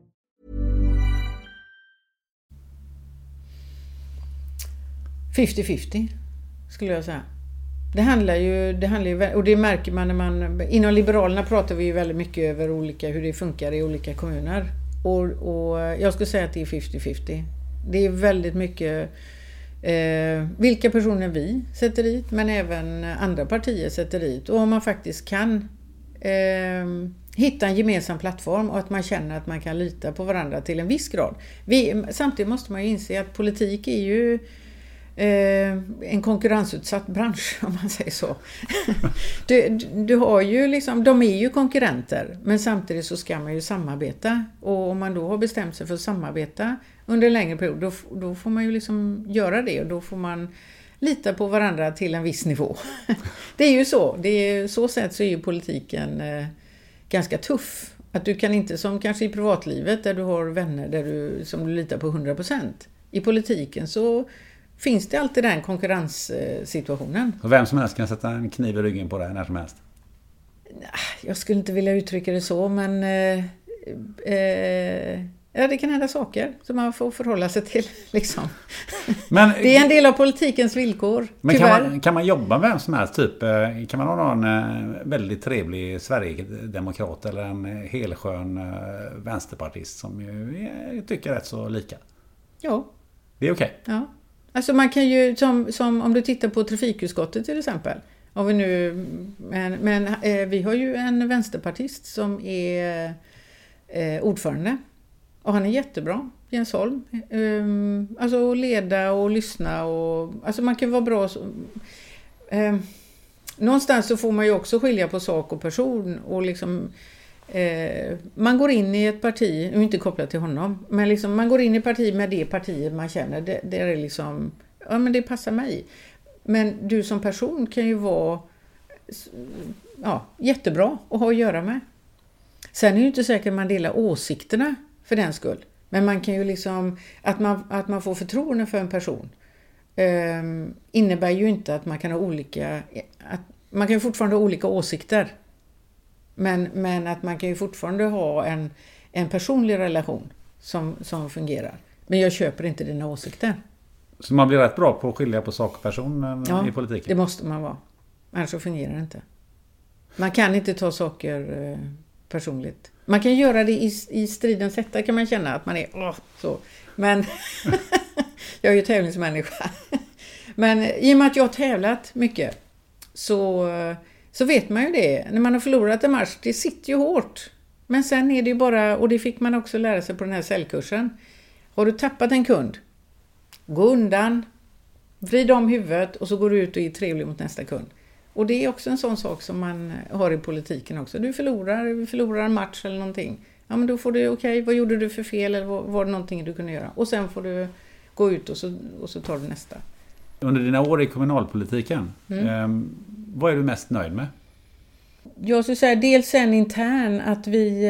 –50 skulle jag säga. Det handlar ju, och det märker man när man, inom Liberalerna pratar vi ju väldigt mycket över hur det funkar i olika kommuner. Och jag skulle säga att det är 50-50. Det är väldigt mycket vilka personer vi sätter dit, men även andra partier sätter dit. Och om man faktiskt kan hitta en gemensam plattform och att man känner att man kan lita på varandra till en viss grad. Samtidigt måste man ju inse att politik är ju en konkurrensutsatt bransch, om man säger så. Du har ju liksom, de är ju konkurrenter, men samtidigt så ska man ju samarbeta. Och om man då har bestämt sig för att samarbeta under en längre period, då får man ju liksom göra det, och då får man lita på varandra till en viss nivå. Det är ju så. Så sätt så är ju politiken ganska tuff. Att du kan inte, som kanske i privatlivet där du har vänner som du litar på 100%. I politiken så finns det alltid den konkurrenssituationen. Och vem som helst kan sätta en kniv i ryggen på dig när som helst? Jag skulle inte vilja uttrycka det så, men ja, det kan hända saker som man får förhålla sig till. Liksom. Men, det är en del av politikens villkor. Men kan man jobba med vem som helst? Typ, kan man ha en väldigt trevlig Sverigedemokrat eller en helskön vänsterpartist som ju tycker rätt så lika? Ja. Det är okej? Ja. Alltså man kan ju, som om du tittar på trafikutskottet till exempel. Men vi har ju en vänsterpartist som är ordförande. Och han är jättebra, Jens Holm. Alltså leda och lyssna. Alltså man kan vara bra. Någonstans så får man ju också skilja på sak och person. Och liksom, man går in i ett parti, inte kopplat till honom. Men liksom, man går in i parti med det partiet man känner. Det är liksom, ja men det passar mig. Men du som person kan ju vara jättebra att ha att göra med. Sen är det ju inte säkert att man delar åsikterna för den skull. Men man kan ju liksom, att man får förtroende för en person innebär ju inte att man kan ha olika, man kan ju fortfarande ha olika åsikter. Men att man kan ju fortfarande ha en personlig relation som fungerar. Men jag köper inte dina åsikter. Så man blir rätt bra på att skilja på sak och person i politiken? Det måste man vara. Annars så fungerar det inte. Man kan inte ta saker personligt. Man kan göra det i stridens hetta, kan man känna att man är så. Men jag är ju tävlingsmänniska. Men i och med att jag har tävlat mycket så vet man ju det. När man har förlorat en match, det sitter ju hårt. Men sen är det ju bara, och det fick man också lära sig på den här säljkursen. Har du tappat en kund, gå undan, vrid om huvudet och så går du ut och är trevlig mot nästa kund. Och det är också en sån sak som man har i politiken också. Du förlorar en match eller någonting. Ja, men då får du, okej, vad gjorde du för fel eller var det någonting du kunde göra? Och sen får du gå ut och så tar du nästa. Under dina år i kommunalpolitiken, vad är du mest nöjd med? Jag skulle säga dels en intern att vi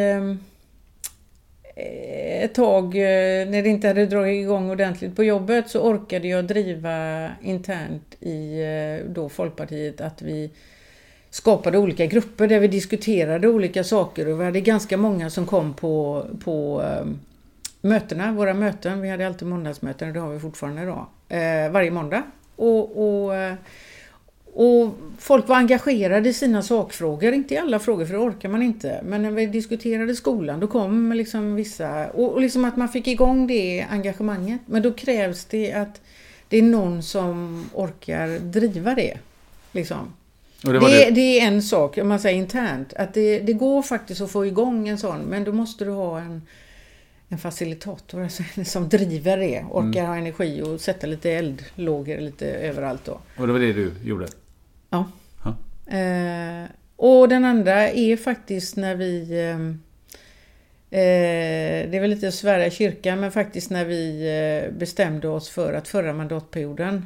ett tag när det inte hade dragit igång ordentligt på jobbet så orkade jag driva internt i då Folkpartiet att vi skapade olika grupper där vi diskuterade olika saker och vi hade ganska många som kom på mötena, våra möten. Vi hade alltid måndagsmöten och det har vi fortfarande idag. Varje måndag. Och folk var engagerade i sina sakfrågor, inte i alla frågor för det orkar man inte. Men när vi diskuterade skolan då kom liksom vissa, och liksom att man fick igång det engagemanget. Men då krävs det att det är någon som orkar driva det. Liksom. Och det är en sak, om man säger internt, att det går faktiskt att få igång en sån, men då måste du ha en facilitator alltså, som driver det, orkar ha energi och sätta lite eldlågor lite överallt då. Och det var det du gjorde? Ja. Och den andra är faktiskt när vi det är väl lite att svära i kyrkan, men faktiskt när vi bestämde oss för att förra mandatperioden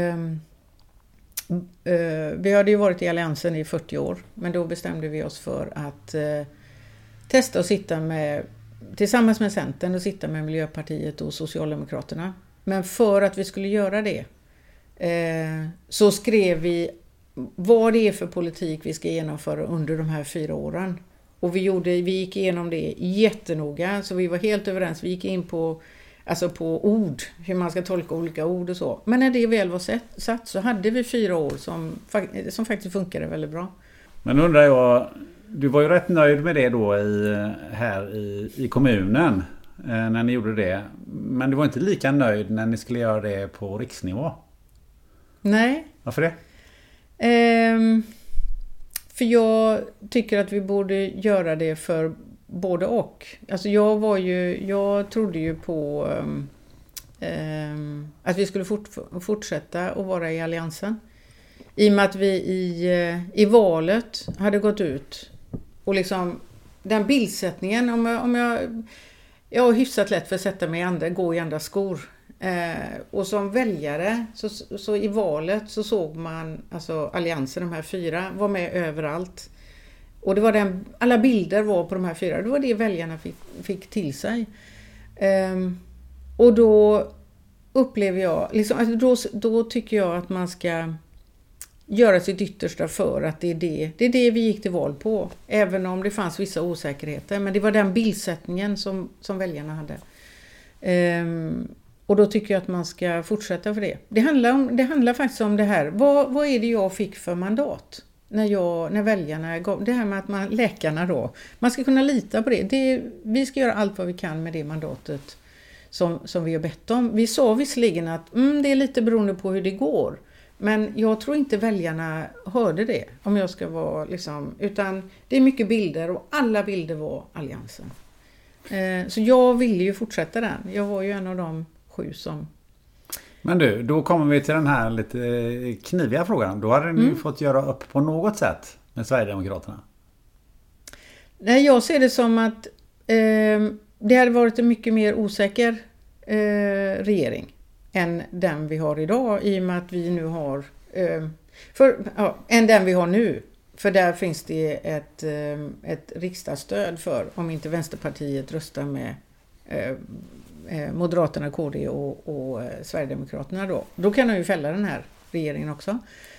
vi hade ju varit i alliansen i 40 år, men då bestämde vi oss för att testa att sitta tillsammans med Centern och sitta med Miljöpartiet och Socialdemokraterna. Men för att vi skulle göra det så skrev vi vad det är för politik vi ska genomföra under de här 4 åren. Och vi gick igenom det jättenoga, så vi var helt överens. Vi gick in på ord, hur man ska tolka olika ord och så. Men när det väl var satt så hade vi 4 år som faktiskt funkade väldigt bra. Men undrar jag, du var ju rätt nöjd med det då här i kommunen när ni gjorde det. Men du var inte lika nöjd när ni skulle göra det på riksnivå? Nej. Varför det? För jag tycker att vi borde göra det för både och. Alltså jag trodde ju på att vi skulle fortsätta att vara i alliansen. I och med att vi i valet hade gått ut och liksom den bildsättningen, om jag har hyfsat lätt för att sätta mig gå i andra skor. Och som väljare så i valet så såg man alltså alliansen, de här 4 var med överallt. Och det var alla bilder var på de här 4. Det var det väljarna fick till sig. Och då upplever jag, liksom, alltså då tycker jag att man ska göra sitt yttersta för att det är det vi gick till val på. Även om det fanns vissa osäkerheter. Men det var den bildsättningen som väljarna hade. Och då tycker jag att man ska fortsätta för det. Det handlar faktiskt om det här. Vad är det jag fick för mandat? När väljarna gav, det här med att läkarna då, man ska kunna lita på det. Vi ska göra allt vad vi kan med det mandatet som vi har bett om. Vi sa visserligen att det är lite beroende på hur det går. Men jag tror inte väljarna hörde det, om jag ska vara liksom, utan det är mycket bilder och alla bilder var alliansen. Så jag ville ju fortsätta den. Jag var ju en av de 7 som... Men du, då kommer vi till den här lite kniviga frågan. Då hade ni fått göra upp på något sätt med Sverigedemokraterna. Nej, jag ser det som att det hade varit en mycket mer osäker regering än den vi har idag, i och med att vi nu har än den vi har nu. För där finns det ett riksdagsstöd för, om inte Vänsterpartiet röstar med Moderaterna, KD och Sverigedemokraterna då kan de ju fälla den här regeringen också.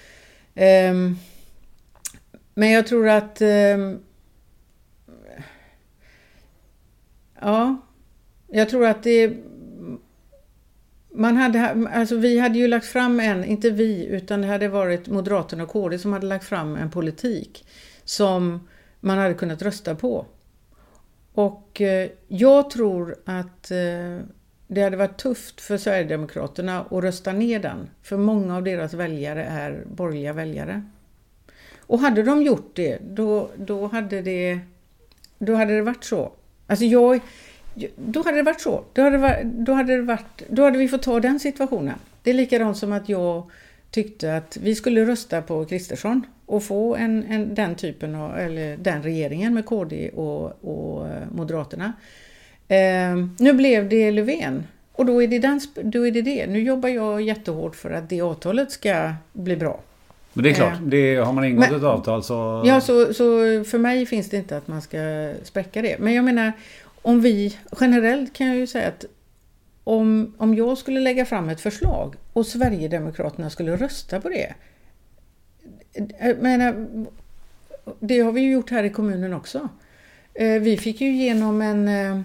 Men jag tror att vi hade ju lagt fram inte vi, utan det hade varit Moderaterna och KD som hade lagt fram en politik som man hade kunnat rösta på. Och jag tror att det hade varit tufft för Sverigedemokraterna att rösta ner den. För många av deras väljare är borgerliga väljare. Och hade de gjort det, då hade det varit så. Alltså då hade det varit så. Då hade vi fått ta den situationen. Det är likadant som att jag tyckte att vi skulle rösta på Kristersson och få den typen av, eller den regeringen med KD och Moderaterna. Nu blev det Löfven, och då är det det. Nu jobbar jag jättehårt för att det avtalet ska bli bra. Men det är klart, har man ingått ett avtal så... Ja, så för mig finns det inte att man ska spräcka det. Men jag menar, om vi generellt kan jag ju säga att om jag skulle lägga fram ett förslag och Sverigedemokraterna skulle rösta på det. Men det har vi ju gjort här i kommunen också. Vi fick ju igenom en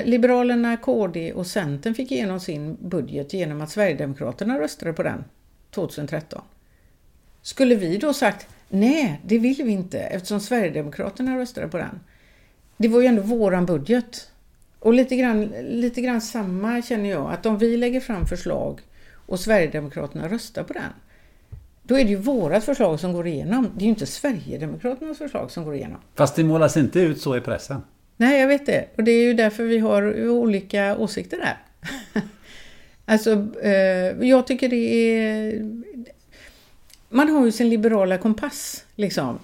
Liberalerna, KD och Centern fick igenom sin budget genom att Sverigedemokraterna röstade på den. 2013. Skulle vi då sagt, nej det vill vi inte eftersom Sverigedemokraterna röstade på den. Det var ju ändå våran budget. Och lite grann samma känner jag, att om vi lägger fram förslag och Sverigedemokraterna röstar på den, då är det ju vårat förslag som går igenom. Det är ju inte Sverigedemokraternas förslag som går igenom. Fast det målas inte ut så i pressen. Nej, jag vet det. Och det är ju därför vi har olika åsikter där. Alltså, jag tycker det är... Man har ju sin liberala kompass, liksom.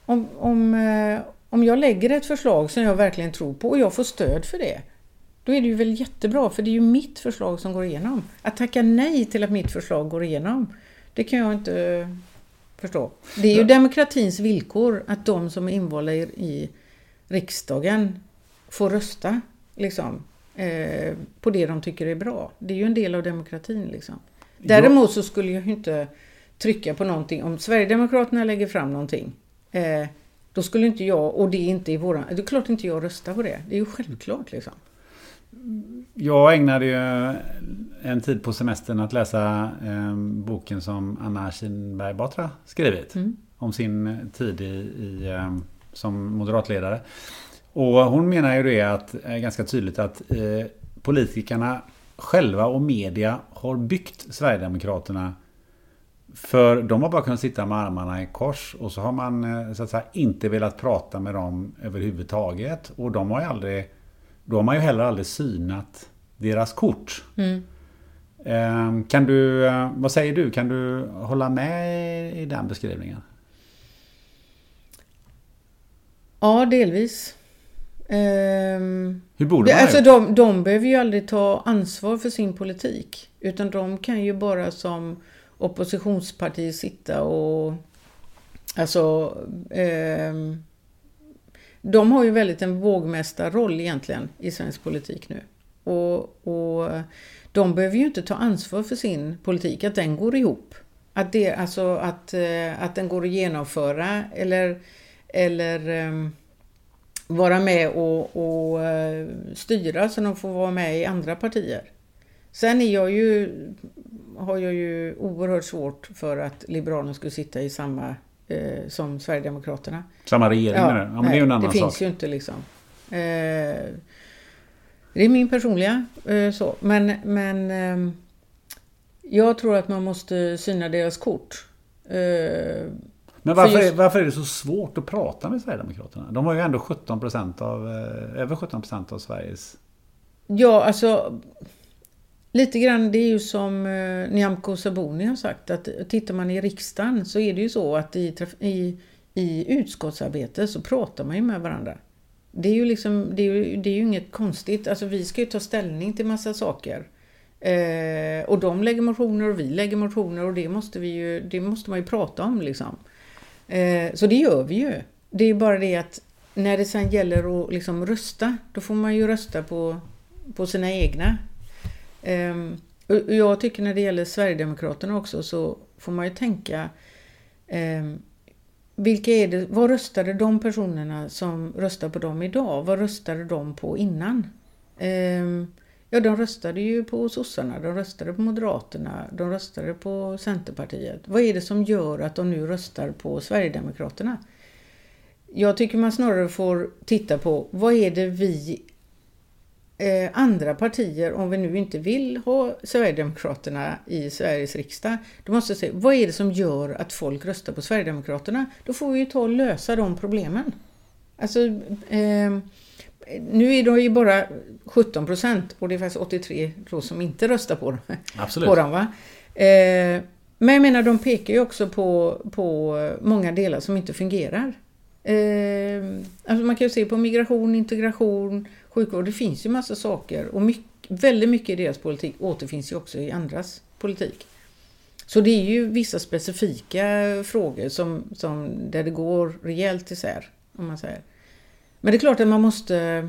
Om jag lägger ett förslag som jag verkligen tror på och jag får stöd för det, då är det ju väl jättebra, för det är ju mitt förslag som går igenom. Att tacka nej till att mitt förslag går igenom, det kan jag inte förstå. Det är ju demokratins villkor att de som är invalda i riksdagen får rösta liksom, på det de tycker är bra. Det är ju en del av demokratin. Liksom. Däremot så skulle jag ju inte trycka på någonting. Om Sverigedemokraterna lägger fram någonting, då skulle inte jag, och det är inte i våran, det är klart inte jag röstar på det. Det är ju självklart liksom. Jag ägnade ju en tid på semestern att läsa boken som Anna Kinberg Batra skrivit om sin tid som moderatledare. Och hon menar ju det att ganska tydligt att politikerna själva och media har byggt Sverigedemokraterna, för de har bara kunnat sitta med armarna i kors och så har man så att säga inte velat prata med dem överhuvudtaget, och de har ju aldrig, då har man ju heller aldrig synat deras kort. Kan du, vad säger du? Kan du hålla med i den beskrivningen? Ja, delvis. Hur borde man alltså de behöver ju aldrig ta ansvar för sin politik, utan de kan ju bara som oppositionsparti sitta och alltså de har ju väldigt en vågmästarroll egentligen i svensk politik nu, och de behöver ju inte ta ansvar för sin politik, att den går ihop, att det alltså att den går att genomföra eller vara med och styra så de får vara med i andra partier. Sen har jag ju oerhört svårt för att Liberalerna skulle sitta i samma som Sverigedemokraterna. Samma regering? Ja, men det är ju en annan sak. Det finns ju inte liksom. Det är min personliga så. Men jag tror att man måste syna deras kort. Men varför är det så svårt att prata med Sverigedemokraterna? De har ju ändå över 17% av Sveriges... Ja, alltså lite grann, det är ju som Nyamko Sabuni har sagt, att tittar man i riksdagen så är det ju så att i utskottsarbete så pratar man ju med varandra. Det är ju liksom, det är ju inget konstigt. Alltså vi ska ju ta ställning till massa saker. Och de lägger motioner och vi lägger motioner, och det måste man ju prata om liksom. Så det gör vi ju. Det är bara det att när det sen gäller att liksom rösta, då får man ju rösta på sina egna. Och jag tycker när det gäller Sverigedemokraterna också, så får man ju tänka vilka är det, vad röstade de personerna som röstar på dem idag? Vad röstade de på innan? Ja, de röstade ju på sossarna, de röstade på Moderaterna, de röstade på Centerpartiet. Vad är det som gör att de nu röstar på Sverigedemokraterna? Jag tycker man snarare får titta på vad är det vi andra partier, om vi nu inte vill ha Sverigedemokraterna i Sveriges riksdag, då måste jag säga, vad är det som gör att folk röstar på Sverigedemokraterna? Då får vi ju ta och lösa de problemen. Alltså... nu är det ju bara 17% och det är faktiskt 83% då som inte röstar på dem. Absolut. På dem, va? Men jag menar, de pekar ju också på många delar som inte fungerar. Alltså man kan ju se på migration, integration, sjukvård. Det finns ju massa saker, och väldigt mycket i deras politik återfinns ju också i andras politik. Så det är ju vissa specifika frågor som där det går rejält isär, om man säger. Men det är klart att man måste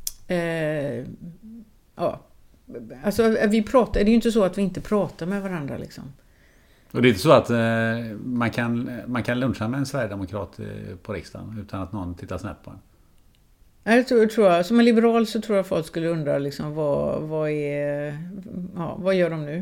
alltså vi pratar, det är ju inte så att vi inte pratar med varandra liksom. Och det är inte så att man kan luncha med en Sverigedemokrat på riksdagen utan att någon tittar snett på en? Nej, det tror jag. Som en liberal så tror jag folk skulle undra liksom, vad gör de nu?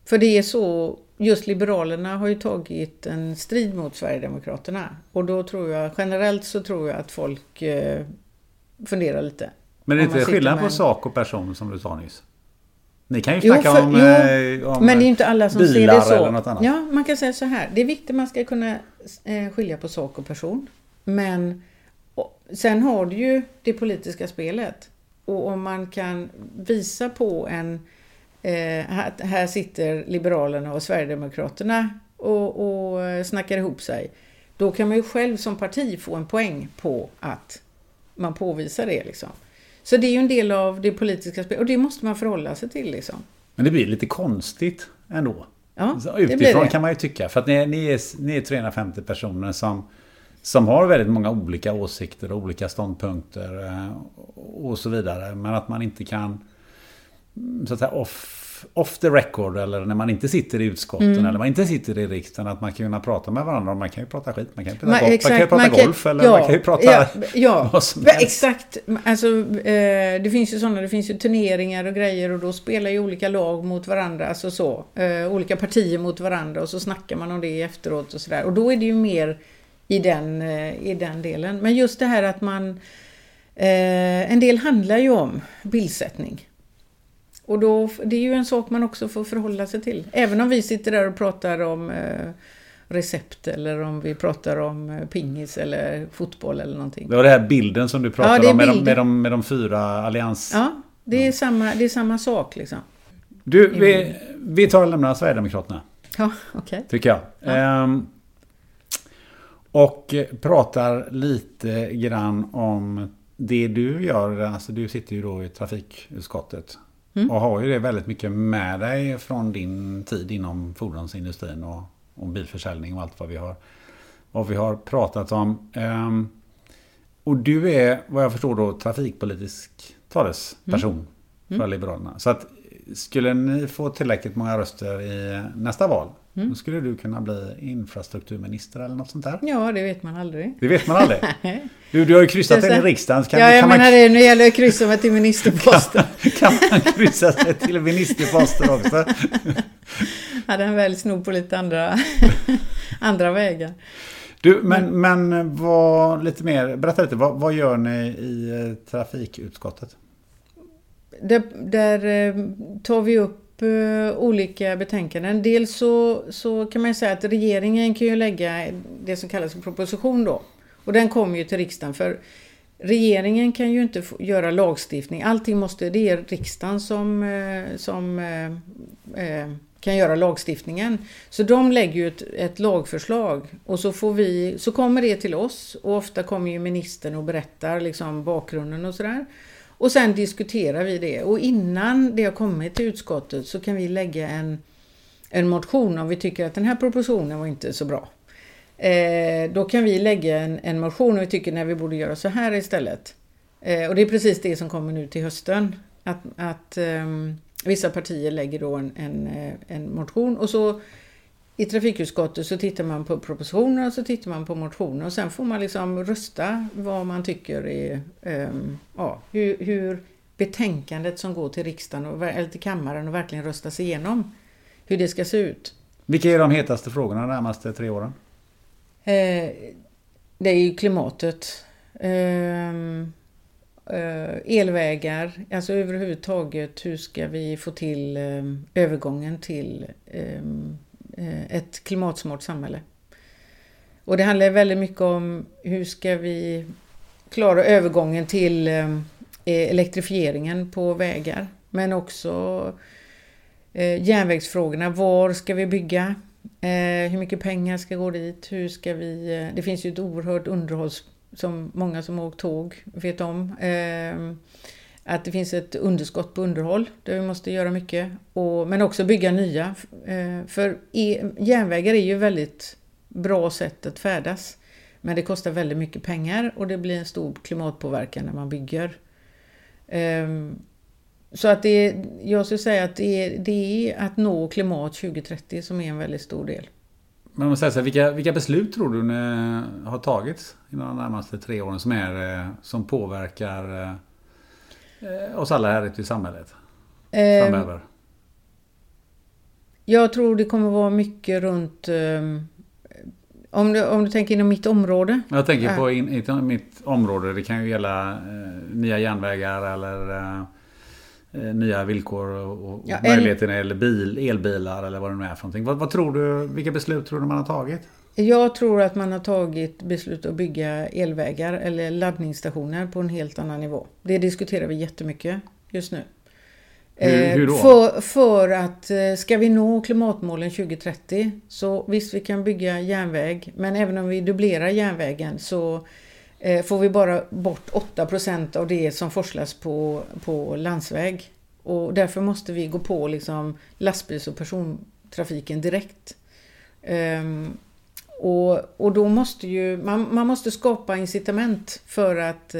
För det är så, just Liberalerna har ju tagit en strid mot Sverigedemokraterna. Och då tror jag, generellt så tror jag att folk funderar lite. Men det är inte skillnad på sak och person som du sa nyss? Ni kan ju snacka om men det är inte alla som ser det så. Eller något annat. Ja, man kan säga så här. Det är viktigt att man ska kunna skilja på sak och person. Men sen har du ju det politiska spelet. Och om man kan visa på här sitter Liberalerna och Sverigedemokraterna och snackar ihop sig. Då kan man ju själv som parti få en poäng på att man påvisar det liksom. Så det är ju en del av det politiska spelet och det måste man förhålla sig till liksom. Men det blir lite konstigt ändå. Ja, utifrån det kan man ju tycka. För att ni är 350 personer som har väldigt många olika åsikter och olika ståndpunkter och så vidare. Men att man inte kan så att säga off the record eller när man inte sitter i utskotten eller man inte sitter i riksdagen att man kan kunna prata med varandra och man kan ju prata skit, man kan ju prata, man kan ju prata golf eller man kan ju prata vad som helst. Exakt, alltså det finns ju sådana, det finns ju turneringar och grejer och då spelar ju olika lag mot varandra, alltså så, olika partier mot varandra och så snackar man om det efteråt och sådär och då är det ju mer i den delen, men just det här att man en del handlar ju om bildsättning. Och då, det är ju en sak man också får förhålla sig till. Även om vi sitter där och pratar om recept eller om vi pratar om pingis eller fotboll eller någonting. Det var det här bilden som du pratade om med de 4 allians. Ja, det är samma sak liksom. Du, vi tar och lämnar Sverigedemokraterna. Ja, okej. Tycker jag. Ja. Och pratar lite grann om det du gör. Alltså du sitter ju då i trafikutskottet. Och har ju det väldigt mycket med dig från din tid inom fordonsindustrin och om bilförsäljning och allt vad vi har pratat om. Och du är, vad jag förstår då, trafikpolitisk talesperson för Liberalerna. Så att skulle ni få tillräckligt många röster i nästa val, då skulle du kunna bli infrastrukturminister eller något sånt där. Ja, det vet man aldrig. Det vet man aldrig. Du har ju kryssat in i riksdagen. Nu gäller det att kryssa mig till ministerposten. Kan man kryssa sig till ministerposten också? Ja, den väljs nog på lite andra vägar. Du, men berätta lite, vad gör ni i trafikutskottet? Där tar vi upp olika betänkanden. Dels så kan man säga att regeringen kan ju lägga det som kallas en proposition då. Och den kommer ju till riksdagen för regeringen kan ju inte göra lagstiftning. Allting det är riksdagen som kan göra lagstiftningen. Så de lägger ju ett lagförslag och så kommer det till oss och ofta kommer ju ministern och berättar liksom bakgrunden och sådär. Och sen diskuterar vi det. Och innan det har kommit till utskottet så kan vi lägga en motion om vi tycker att den här propositionen var inte så bra. Då kan vi lägga en motion och vi tycker när vi borde göra så här istället. Och det är precis det som kommer nu till hösten. Att vissa partier lägger då en motion och så i trafikutskottet så tittar man på propositioner och så tittar man på motioner och sen får man liksom rösta vad man tycker är hur betänkandet som går till riksdagen eller till kammaren och verkligen röstas igenom hur det ska se ut. Vilka är de hetaste frågorna de närmaste 3 åren? Det är ju klimatet, elvägar, alltså överhuvudtaget hur ska vi få till övergången till ett klimatsmart samhälle. Och det handlar väldigt mycket om hur ska vi klara övergången till elektrifieringen på vägar. Men också järnvägsfrågorna. Var ska vi bygga? Hur mycket pengar ska gå dit? Hur ska vi... Det finns ju ett oerhört underhåll som många som åkt tåg vet om. Att det finns ett underskott på underhåll där vi måste göra mycket. Men också bygga nya. För järnvägar är ju väldigt bra sätt att färdas. Men det kostar väldigt mycket pengar och det blir en stor klimatpåverkan när man bygger. Så att jag skulle säga att det är att nå klimat 2030 som är en väldigt stor del. Men om man säger så här, vilka beslut tror du ni har tagits i de närmaste 3 åren som påverkar oss alla här ute i samhället framöver? Jag tror det kommer vara mycket runt... Om du tänker inom mitt område. Jag tänker på mitt område. Det kan ju gälla nya järnvägar eller nya villkor och möjligheter eller elbilar eller vad det nu är för någonting. Vad tror du, vilka beslut tror du man har tagit? Jag tror att man har tagit beslut att bygga elvägar eller laddningsstationer på en helt annan nivå. Det diskuterar vi jättemycket just nu. Hur då? För att ska vi nå klimatmålen 2030 så visst vi kan bygga järnväg, men även om vi dubblerar järnvägen så får vi bara bort 8% av det som forslas på landsväg. Och därför måste vi gå på liksom lastbils- och persontrafiken direkt. Och då måste ju man måste skapa incitament för att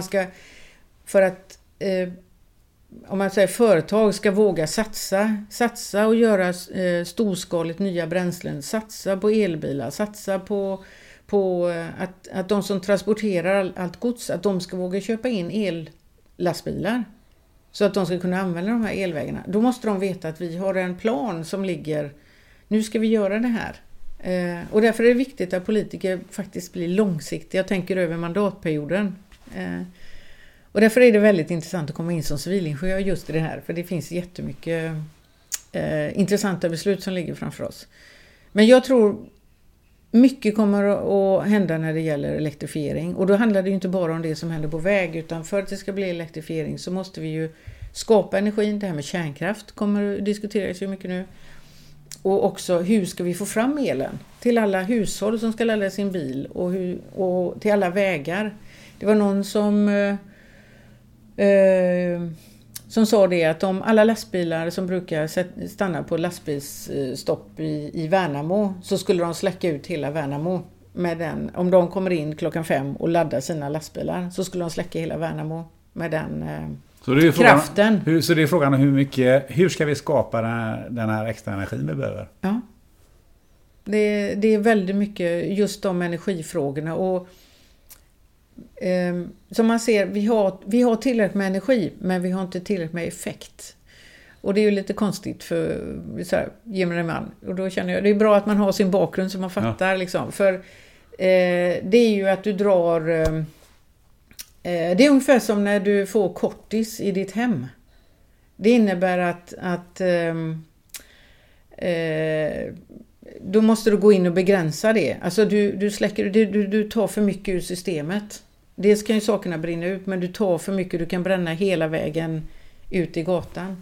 om man säger företag ska våga satsa och göra storskaligt nya bränslen, satsa på elbilar, satsa på att de som transporterar allt gods, att de ska våga köpa in ellastbilar så att de ska kunna använda de här elvägarna. Då måste de veta att vi har en plan som ligger, nu ska vi göra det här. Och därför är det viktigt att politiker faktiskt blir långsiktiga och tänker över mandatperioden. Och därför är det väldigt intressant att komma in som civilingenjör just i det här. För det finns jättemycket intressanta beslut som ligger framför oss. Men jag tror mycket kommer att hända när det gäller elektrifiering. Och då handlar det ju inte bara om det som händer på väg. Utan för att det ska bli elektrifiering så måste vi ju skapa energin. Det här med kärnkraft kommer att diskuteras ju mycket nu. Och också hur ska vi få fram elen till alla hushåll som ska ladda sin bil och till alla vägar. Det var någon som sa det att om alla lastbilar som brukar stanna på lastbilsstopp i Värnamo så skulle de släcka ut hela Värnamo med den. Om de kommer in 5:00 och laddar sina lastbilar så skulle de släcka hela Värnamo med den så det är kraften. Så det är frågan om hur ska vi skapa den här extra energin vi behöver? Ja. Det är väldigt mycket just de energifrågorna och som man ser, vi har tillräckligt med energi men vi har inte tillräckligt med effekt. Och det är ju lite konstigt för så här, gemene man. Och då känner jag det är bra att man har sin bakgrund så man fattar liksom. För det är ju att du drar det är ungefär som när du får kortis i ditt hem. Det innebär att då måste du gå in och begränsa det. Alltså du tar för mycket ur systemet. Dels kan ju sakerna brinna ut men du tar för mycket, du kan bränna hela vägen ut i gatan.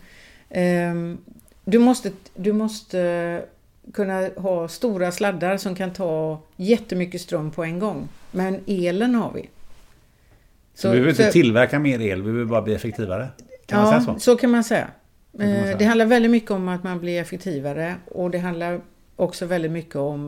Du måste kunna ha stora sladdar som kan ta jättemycket ström på en gång. Men elen har vi. Så vi behöver inte tillverka mer el, vi behöver bara bli effektivare. Kan man säga så? Så kan man säga. Det handlar väldigt mycket om att man blir effektivare och det handlar också väldigt mycket om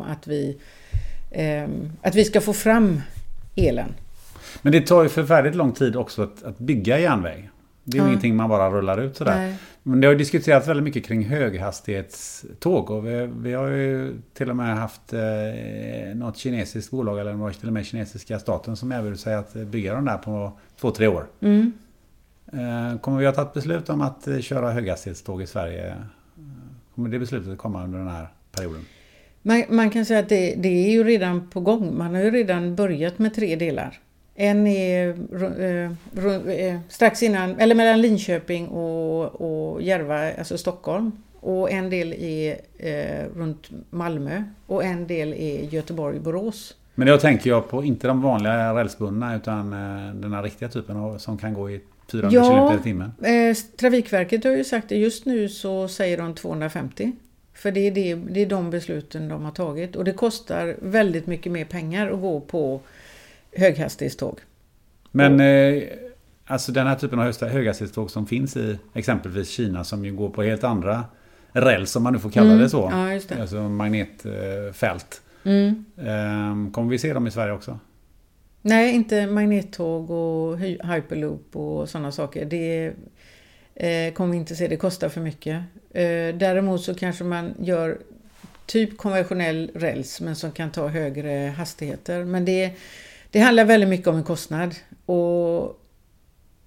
att vi ska få fram elen. Men det tar ju förfärligt lång tid också att bygga järnväg. Det är ju ingenting man bara rullar ut sådär. Nej. Men det har ju diskuterats väldigt mycket kring höghastighetståg och vi har ju till och med haft något kinesiskt bolag eller till och med kinesiska staten som erbjuder sig att bygga de där på 2-3 år. Kommer vi att ta ett beslut om att köra höghastighetståg i Sverige? Kommer det beslutet komma under den här perioden? Man kan säga att det är ju redan på gång. Man har ju redan börjat med 3 delar. En är strax innan, eller mellan Linköping och Järva, alltså Stockholm. Och en del är runt Malmö och en del är Göteborg-Borås. Men då tänker jag på inte de vanliga rälsbundna utan den här riktiga typen som kan gå i 400 km i timmen. Trafikverket har ju sagt det. Just nu så säger de 250. För det är de besluten de har tagit. Och det kostar väldigt mycket mer pengar att gå på höghastighetståg. Men alltså den här typen av höghastighetståg som finns i exempelvis Kina som ju går på helt andra räls om man nu får kalla det så. Ja, just det. Alltså magnetfält. Kommer vi se dem i Sverige också? Nej, inte magnettåg och hyperloop och sådana saker. Det kommer vi inte se, det kostar för mycket. Däremot så kanske man gör typ konventionell räls men som kan ta högre hastigheter. Men det handlar väldigt mycket om en kostnad. Och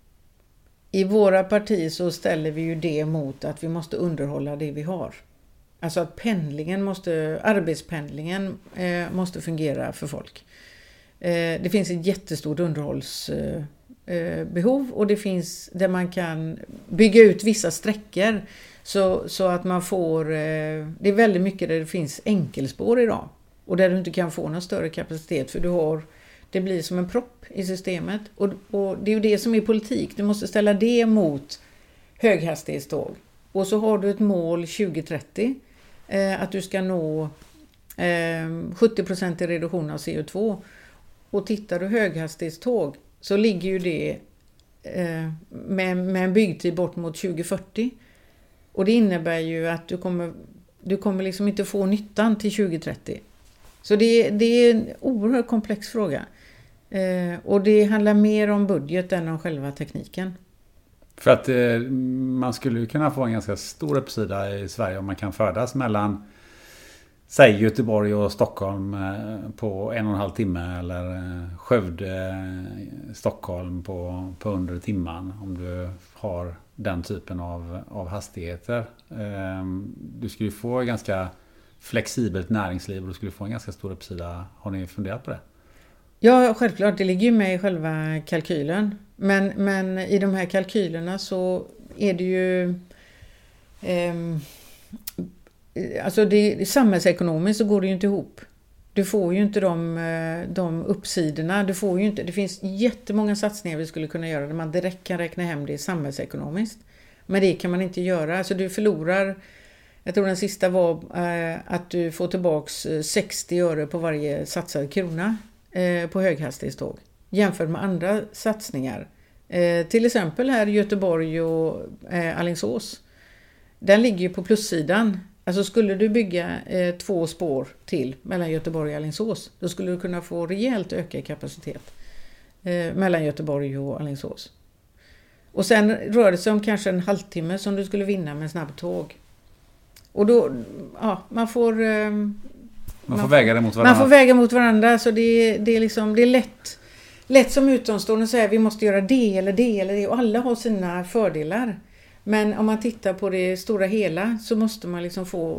i våra partier så ställer vi ju det mot att vi måste underhålla det vi har. Alltså att arbetspendlingen måste fungera för folk. Det finns ett jättestort underhållsbehov och det finns där man kan bygga ut vissa sträckor så att man får, det är väldigt mycket där det finns enkelspår idag och där du inte kan få någon större kapacitet för det blir som en propp i systemet och det är ju det som är politik, du måste ställa det mot höghastighetståg och så har du ett mål 2030 att du ska nå 70% i reduktion av CO2 och tittar du höghastighetståg så ligger ju det med en byggtid bort mot 2040 och det innebär ju att du kommer liksom inte få nyttan till 2030. Så det är en oerhört komplex fråga och det handlar mer om budget än om själva tekniken. För att man skulle ju kunna få en ganska stor uppsida i Sverige om man kan färdas mellan säg Göteborg och Stockholm på 1,5 timme eller Skövde, Stockholm på under timman om du har den typen av hastigheter. Du skulle få ganska flexibelt näringsliv och du skulle få en ganska stor uppsida. Har ni funderat på det? Ja, självklart. Det ligger ju med i själva kalkylen. Men i de här kalkylerna så är det ju alltså samhällsekonomiskt så går det ju inte ihop. Du får ju inte de uppsidorna. Du får ju inte, det finns jättemånga satsningar vi skulle kunna göra där man direkt kan räkna hem det samhällsekonomiskt. Men det kan man inte göra. Alltså du förlorar, jag tror den sista var att du får tillbaks 60 öre på varje satsad krona på höghastighetståg. Jämfört med andra satsningar. Till exempel här i Göteborg och Alingsås. Den ligger ju på plussidan. Alltså skulle du bygga 2 spår till mellan Göteborg och Alingsås, då skulle du kunna få rejält ökad kapacitet mellan Göteborg och Alingsås. Och sen rör det sig om kanske en halvtimme som du skulle vinna med snabbtåg. Och då, ja, man får väga det mot varandra. Man får väga mot varandra, så det är lätt som utomstående att säga vi måste göra det eller det och alla har sina fördelar. Men om man tittar på det stora hela så måste man liksom få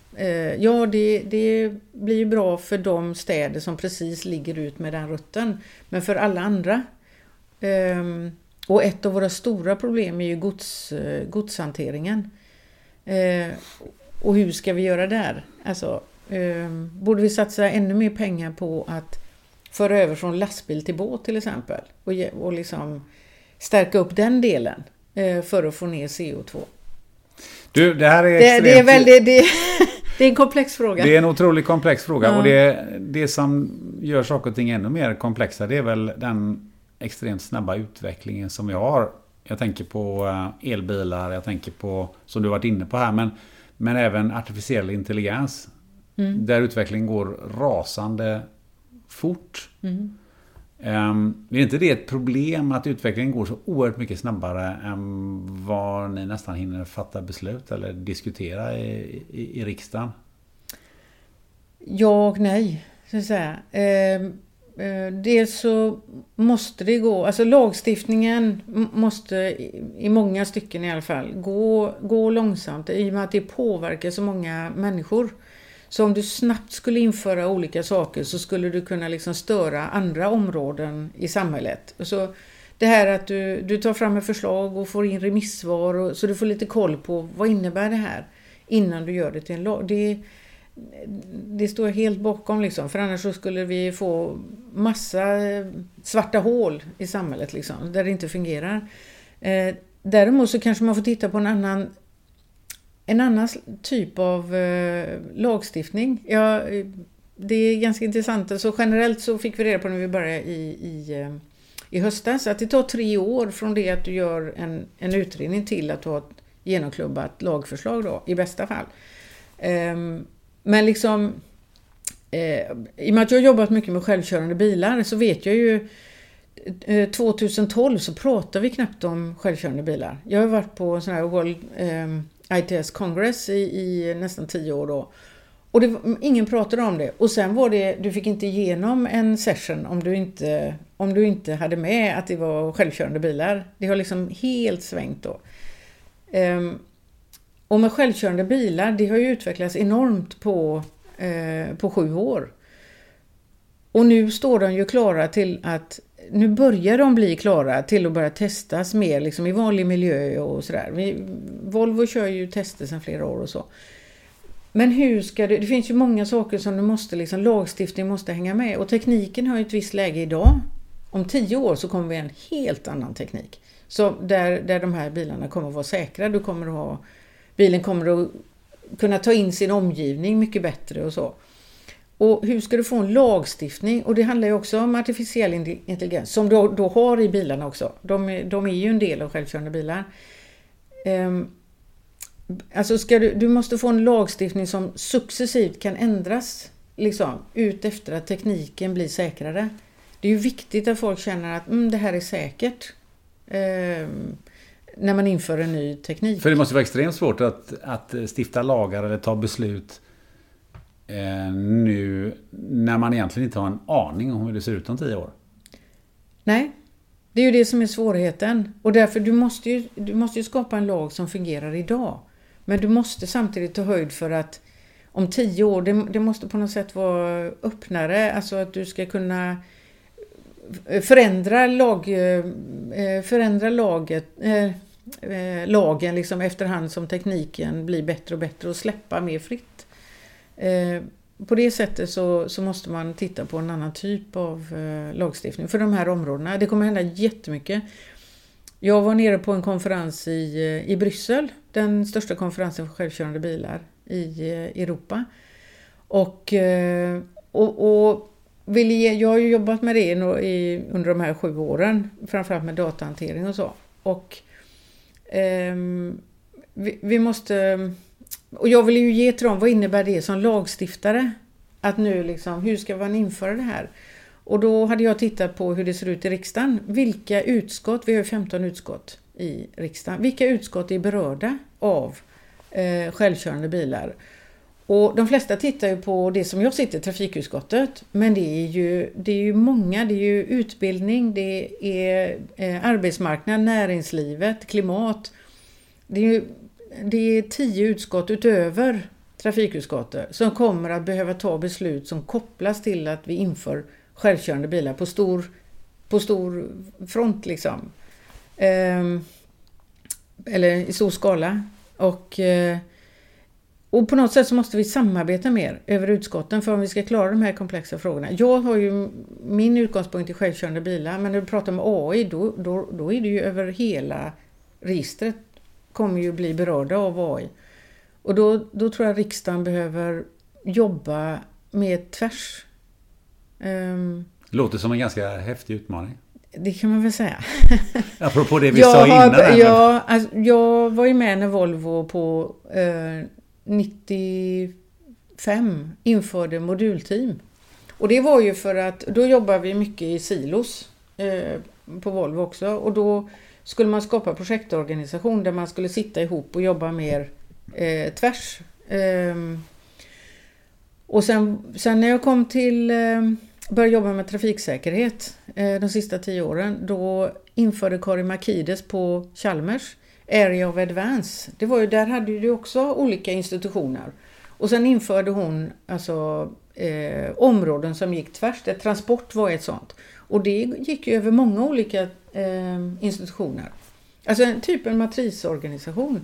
det blir ju bra för de städer som precis ligger ut med den rutten, men för alla andra. Och ett av våra stora problem är ju godshanteringen. Och hur ska vi göra där? Alltså, borde vi satsa ännu mer pengar på att föra över från lastbil till båt till exempel och liksom stärka upp den delen för att få ner CO2. Du, det här är det är en komplex fråga. Det är en otroligt komplex fråga, ja. Och det som gör saker och ting ännu mer komplexa, det är väl den extremt snabba utvecklingen som vi har. Jag tänker på elbilar, jag tänker på, som du varit inne på här, men även artificiell intelligens. Där utvecklingen går rasande fort. Är inte det ett problem att utvecklingen går så oerhört mycket snabbare än vad ni nästan hinner fatta beslut eller diskutera i riksdagen? Ja och nej, så att säga. Dels så måste det gå, alltså lagstiftningen måste i många stycken i alla fall gå långsamt i och med att det påverkar så många människor. Så om du snabbt skulle införa olika saker så skulle du kunna liksom störa andra områden i samhället. Så det här att du tar fram ett förslag och får in remissvar så du får lite koll på vad innebär det här innan du gör det till en lag. Det står helt bakom liksom, för annars så skulle vi få massa svarta hål i samhället liksom, där det inte fungerar. Däremot så kanske man får titta på en annan typ av lagstiftning. Ja, det är ganska intressant. Så generellt så fick vi reda på när vi började i höstas att det tar 3 år från det att du gör en utredning till att du har ett genomklubbat lagförslag då, i bästa fall. Men liksom i och med att jag har jobbat mycket med självkörande bilar så vet jag ju 2012 så pratar vi knappt om självkörande bilar. Jag har varit på en sån här World ITS Congress i nästan 10 år då. Och ingen pratade om det. Och sen var det, du fick inte igenom en session om du inte hade med att det var självkörande bilar. Det har liksom helt svängt då. Och med självkörande bilar, det har ju utvecklats enormt på 7 år. Och nu står de ju klara till att, nu börjar de bli klara till att börja testas mer liksom i vanlig miljö och sådär. Volvo kör ju tester sedan flera år och så. Men hur ska det finns ju många saker som du måste liksom, lagstiftning måste hänga med. Och tekniken har ju ett visst läge idag. Om 10 år så kommer vi en helt annan teknik. Så där de här bilarna kommer att vara säkra. Bilen kommer att kunna ta in sin omgivning mycket bättre och så. Och hur ska du få en lagstiftning? Och det handlar ju också om artificiell intelligens som du då har i bilarna också. De är ju en del av självkörande bilar. Alltså du måste få en lagstiftning som successivt kan ändras liksom, ut efter att tekniken blir säkrare. Det är ju viktigt att folk känner att det här är säkert när man inför en ny teknik. För det måste vara extremt svårt att stifta lagar eller ta beslut nu när man egentligen inte har en aning om hur det ser ut om 10 år. Nej, det är ju det som är svårigheten. Och därför du måste ju skapa en lag som fungerar idag. Men du måste samtidigt ta höjd för att om 10 år, det måste på något sätt vara öppnare. Alltså att du ska kunna förändra lagen liksom efterhand som tekniken blir bättre och bättre och släppa mer fritt. På det sättet så måste man titta på en annan typ av lagstiftning för de här områdena. Det kommer hända jättemycket. Jag var nere på en konferens i Bryssel, den största konferensen för självkörande bilar i Europa. Och jag har ju jobbat med det under de här 7 åren, framförallt med datahantering och så. Och vi måste, och jag vill ju ge till dem, vad innebär det som lagstiftare? Att nu liksom, hur ska man införa det här? Och då hade jag tittat på hur det ser ut i riksdagen. Vilka utskott, vi har 15 utskott i riksdagen. Vilka utskott är berörda av självkörande bilar? Och de flesta tittar ju på det som jag sitter i trafikutskottet. Men det är ju många, det är ju utbildning, det är arbetsmarknad, näringslivet, klimat. Det är 10 utskott utöver trafikutskottet som kommer att behöva ta beslut som kopplas till att vi inför självkörande bilar på stor front liksom. Eller i stor skala. Och på något sätt så måste vi samarbeta mer över utskotten för om vi ska klara de här komplexa frågorna. Jag har ju min utgångspunkt i självkörande bilar, men när du pratar med AI då är det ju över hela registret kommer ju bli berörda av AI. Och då tror jag riksdagen behöver jobba med tvärs. Låter som en ganska häftig utmaning. Det kan man väl säga. Apropå det vi sa innan. Jag var ju med när Volvo på 95 införde modulteam. Och det var ju för att då jobbar vi mycket i silos på Volvo också. Och då skulle man skapa projektorganisation där man skulle sitta ihop och jobba mer tvärs. Och sen när jag kom till började jobba med trafiksäkerhet de sista 10 åren, då införde Karin Markides på Chalmers Area of Advance. Det var ju, där hade ju också olika institutioner. Och sen införde hon alltså områden som gick tvärs, där transport var ett sånt. Och det gick ju över många olika institutioner. Alltså typ en matrisorganisation.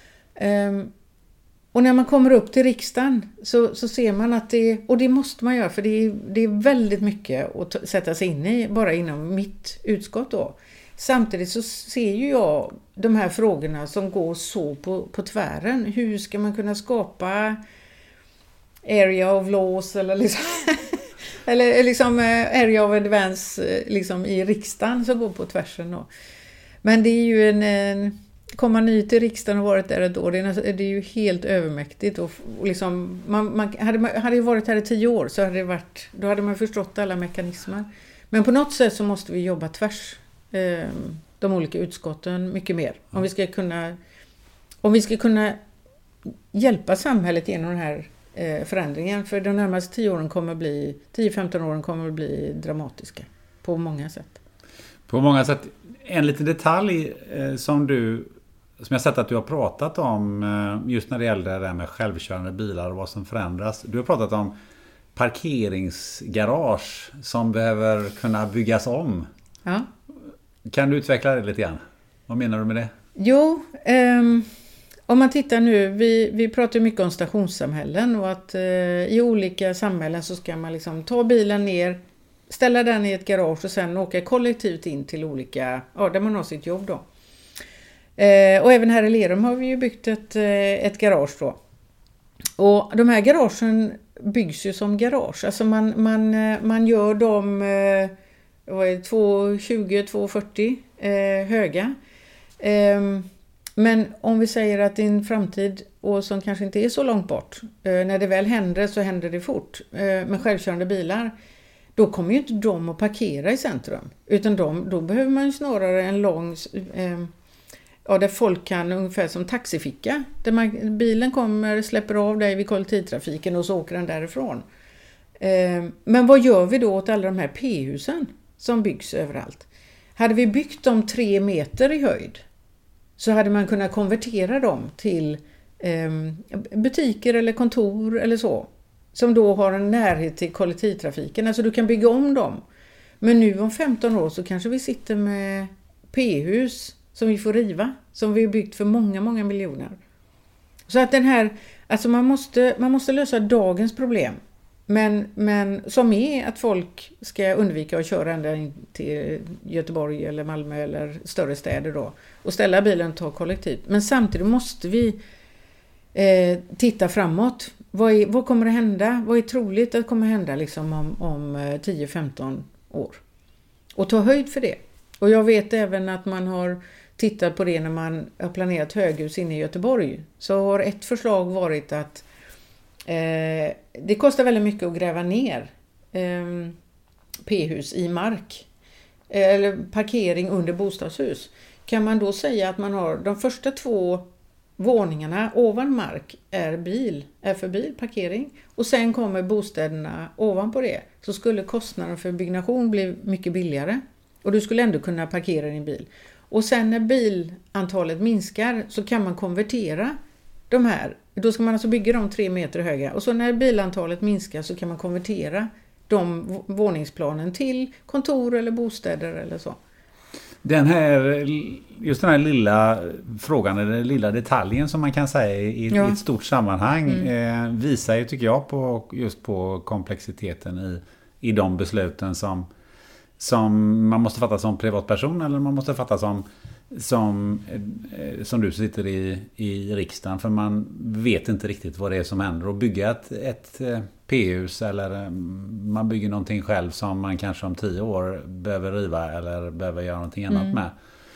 Och när man kommer upp till riksdagen så ser man att och det måste man göra för det är väldigt mycket att sätta sig in i bara inom mitt utskott då. Samtidigt så ser ju jag de här frågorna som går så på tvären. Hur ska man kunna skapa area of laws eller liksom, eller liksom area of advance liksom i riksdagen som går på tvärsen då. Men det är ju komma ny till riksdagen och varit där ett år, det är ju helt övermäktigt och liksom, hade ju varit här i 10 år så hade då hade man förstått alla mekanismer. Men på något sätt så måste vi jobba tvärs de olika utskotten mycket mer. Om vi ska kunna hjälpa samhället genom den här förändringen, för de närmaste 10-15 åren kommer att bli dramatiska på många sätt. På många sätt. En liten detalj som som jag sett att du har pratat om just när det gäller det här med självkörande bilar och vad som förändras. Du har pratat om parkeringsgarage som behöver kunna byggas om. Ja. Kan du utveckla det lite grann? Vad menar du med det? Jo, om man tittar nu, vi pratar mycket om stationssamhällen och att i olika samhällen så ska man liksom ta bilen ner, ställa den i ett garage och sen åka kollektivt in till olika, där man har sitt jobb då. Och även här i Lerum har vi ju byggt ett garage då. Och de här garagen byggs ju som garage. Alltså man gör dem 2,20-2,40 höga. Men om vi säger att i en framtid, och som kanske inte är så långt bort, när det väl händer så händer det fort med självkörande bilar, då kommer ju inte de att parkera i centrum. Utan då behöver man ju snarare en lång, där folk kan ungefär som taxificka. Där bilen kommer, släpper av dig vid kollektivtrafiken och så åker den därifrån. Men vad gör vi då åt alla de här P-husen som byggs överallt? Hade vi byggt dem 3 meter i höjd så hade man kunnat konvertera dem till butiker eller kontor eller så. Som då har en närhet till kollektivtrafiken. Alltså du kan bygga om dem. Men nu om 15 år så kanske vi sitter med P-hus som vi får riva. Som vi har byggt för många, många miljoner. Så att den här, alltså man måste lösa dagens problem. Men som är att folk ska undvika att köra ända in till Göteborg eller Malmö eller större städer då. Och ställa bilen och ta kollektivt. Men samtidigt måste vi titta framåt. Vad kommer att hända? Vad är troligt att kommer att hända liksom om 10-15 år? Och ta höjd för det. Och jag vet även att man har tittat på det när man har planerat höghus inne i Göteborg. Så har ett förslag varit att det kostar väldigt mycket att gräva ner P-hus i mark. Eller parkering under bostadshus. Kan man då säga att man har de första 2 våningarna ovan mark är för bilparkering och sen kommer bostäderna ovanpå det, så skulle kostnaden för byggnation bli mycket billigare och du skulle ändå kunna parkera din bil. Och sen när bilantalet minskar så kan man konvertera de här, då ska man alltså bygga dem 3 meter höga och så när bilantalet minskar så kan man konvertera de våningsplanen till kontor eller bostäder eller så. Just den här lilla frågan, eller den lilla detaljen som man kan säga i ett stort sammanhang visar ju, tycker jag, på komplexiteten i de besluten som man måste fatta som privatperson eller man måste fatta som du sitter i riksdagen, för man vet inte riktigt vad det är som händer. Och bygga ett P-hus eller man bygger någonting själv som man kanske om 10 år behöver riva eller behöver göra någonting annat med.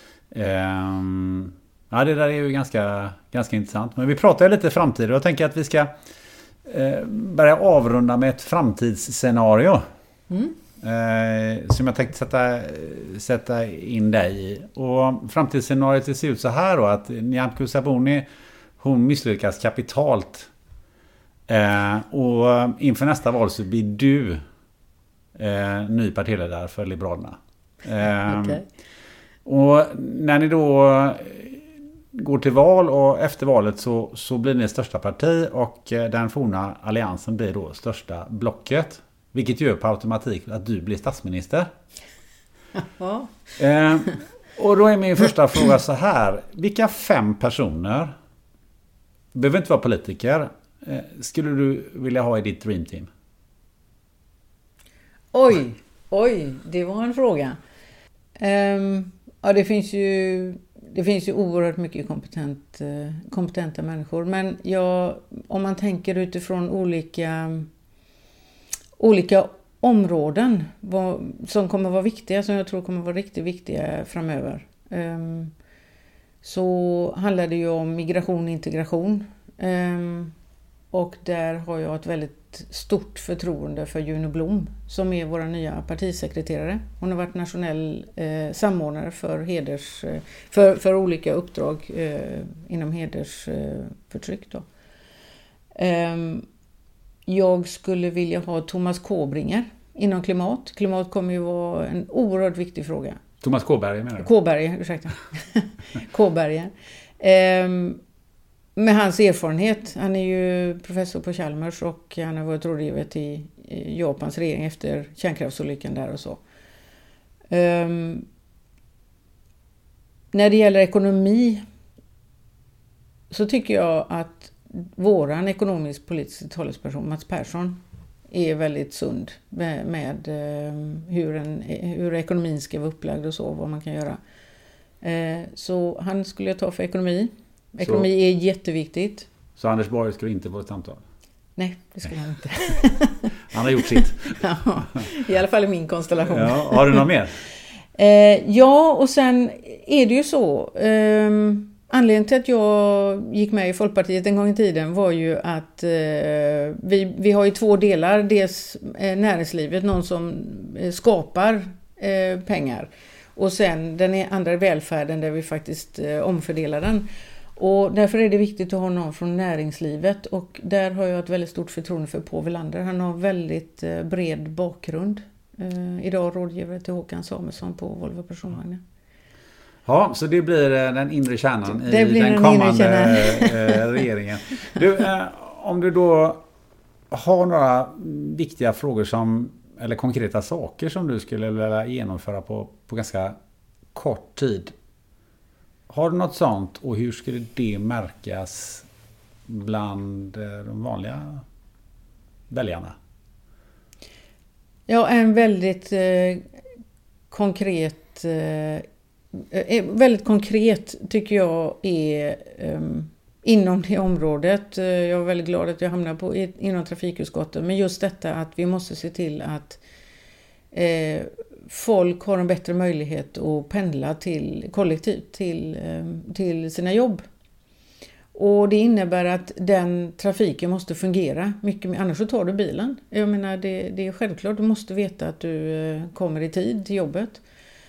Det där är ju ganska intressant. Men vi pratar ju lite framtid och jag tänker att vi ska börja avrunda med ett framtidsscenario. Som jag tänkte sätta in dig i. Och framtidsscenariot ser ut så här då, att Nyamko Sabuni, hon misslyckas kapitalt. Och inför nästa val så blir du ny partiledare för Liberalerna. Okay. Och när ni då går till val och efter valet så blir ni största parti och den forna alliansen blir då största blocket. Vilket gör på automatik att du blir statsminister. Ja. Och då är min första fråga så här. Vilka 5 personer, behöver inte vara politiker, skulle du vilja ha i ditt dream team? Oj, det var en fråga. Det finns ju oerhört mycket kompetenta människor. Men om man tänker utifrån olika områden som kommer vara viktiga, som jag tror kommer vara riktigt viktiga framöver. Så handlar det ju om migration och integration. Och där har jag ett väldigt stort förtroende för Juno Blom som är vår nya partisekreterare. Hon har varit nationell samordnare för olika uppdrag inom hedersförtryck då. Jag skulle vilja ha Thomas Kåbringer inom klimat. Klimat kommer ju vara en oerhört viktig fråga. Thomas Kåberger menar du? Kåberger, ursäkta. Kåberger. Med hans erfarenhet, han är ju professor på Chalmers och han har varit rådgivare till Japans regering efter kärnkraftsolyckan där och så. När det gäller ekonomi så tycker jag att våran ekonomisk-politisk talesperson Mats Persson är väldigt sund med hur ekonomin ska vara upplagd och så, vad man kan göra. Så han skulle jag ta för ekonomi. Ekonomi är jätteviktigt. Så Anders Borg skulle inte få ett samtal? Nej, det skulle han inte. Han har gjort sitt. Ja, i alla fall i min konstellation. Ja, har du något mer? Ja, och sen är det ju så. Anledningen till att jag gick med i Folkpartiet en gång i tiden var ju att vi har ju två delar. Dels näringslivet, någon som skapar pengar. Och sen den andra välfärden där vi faktiskt omfördelar den. Och därför är det viktigt att ha någon från näringslivet. Och där har jag ett väldigt stort förtroende för Poul Welander. Han har väldigt bred bakgrund. Idag rådgivare till Håkan Samuelsson på Volvo Personvagnar. Ja, så det blir den inre kärnan i den kommande regeringen. Du, om du då har några viktiga frågor eller konkreta saker som du skulle vilja genomföra på ganska kort tid. Har du något sånt och hur skulle det märkas bland de vanliga väljarna? Ja, en väldigt konkret tycker jag är inom det området. Jag är väldigt glad att jag hamnar inom trafikutskottet. Men just detta att vi måste se till att folk har en bättre möjlighet att pendla kollektivt till sina jobb. Och det innebär att den trafiken måste fungera mycket mer, annars så tar du bilen. Jag menar det är självklart, du måste veta att du kommer i tid till jobbet.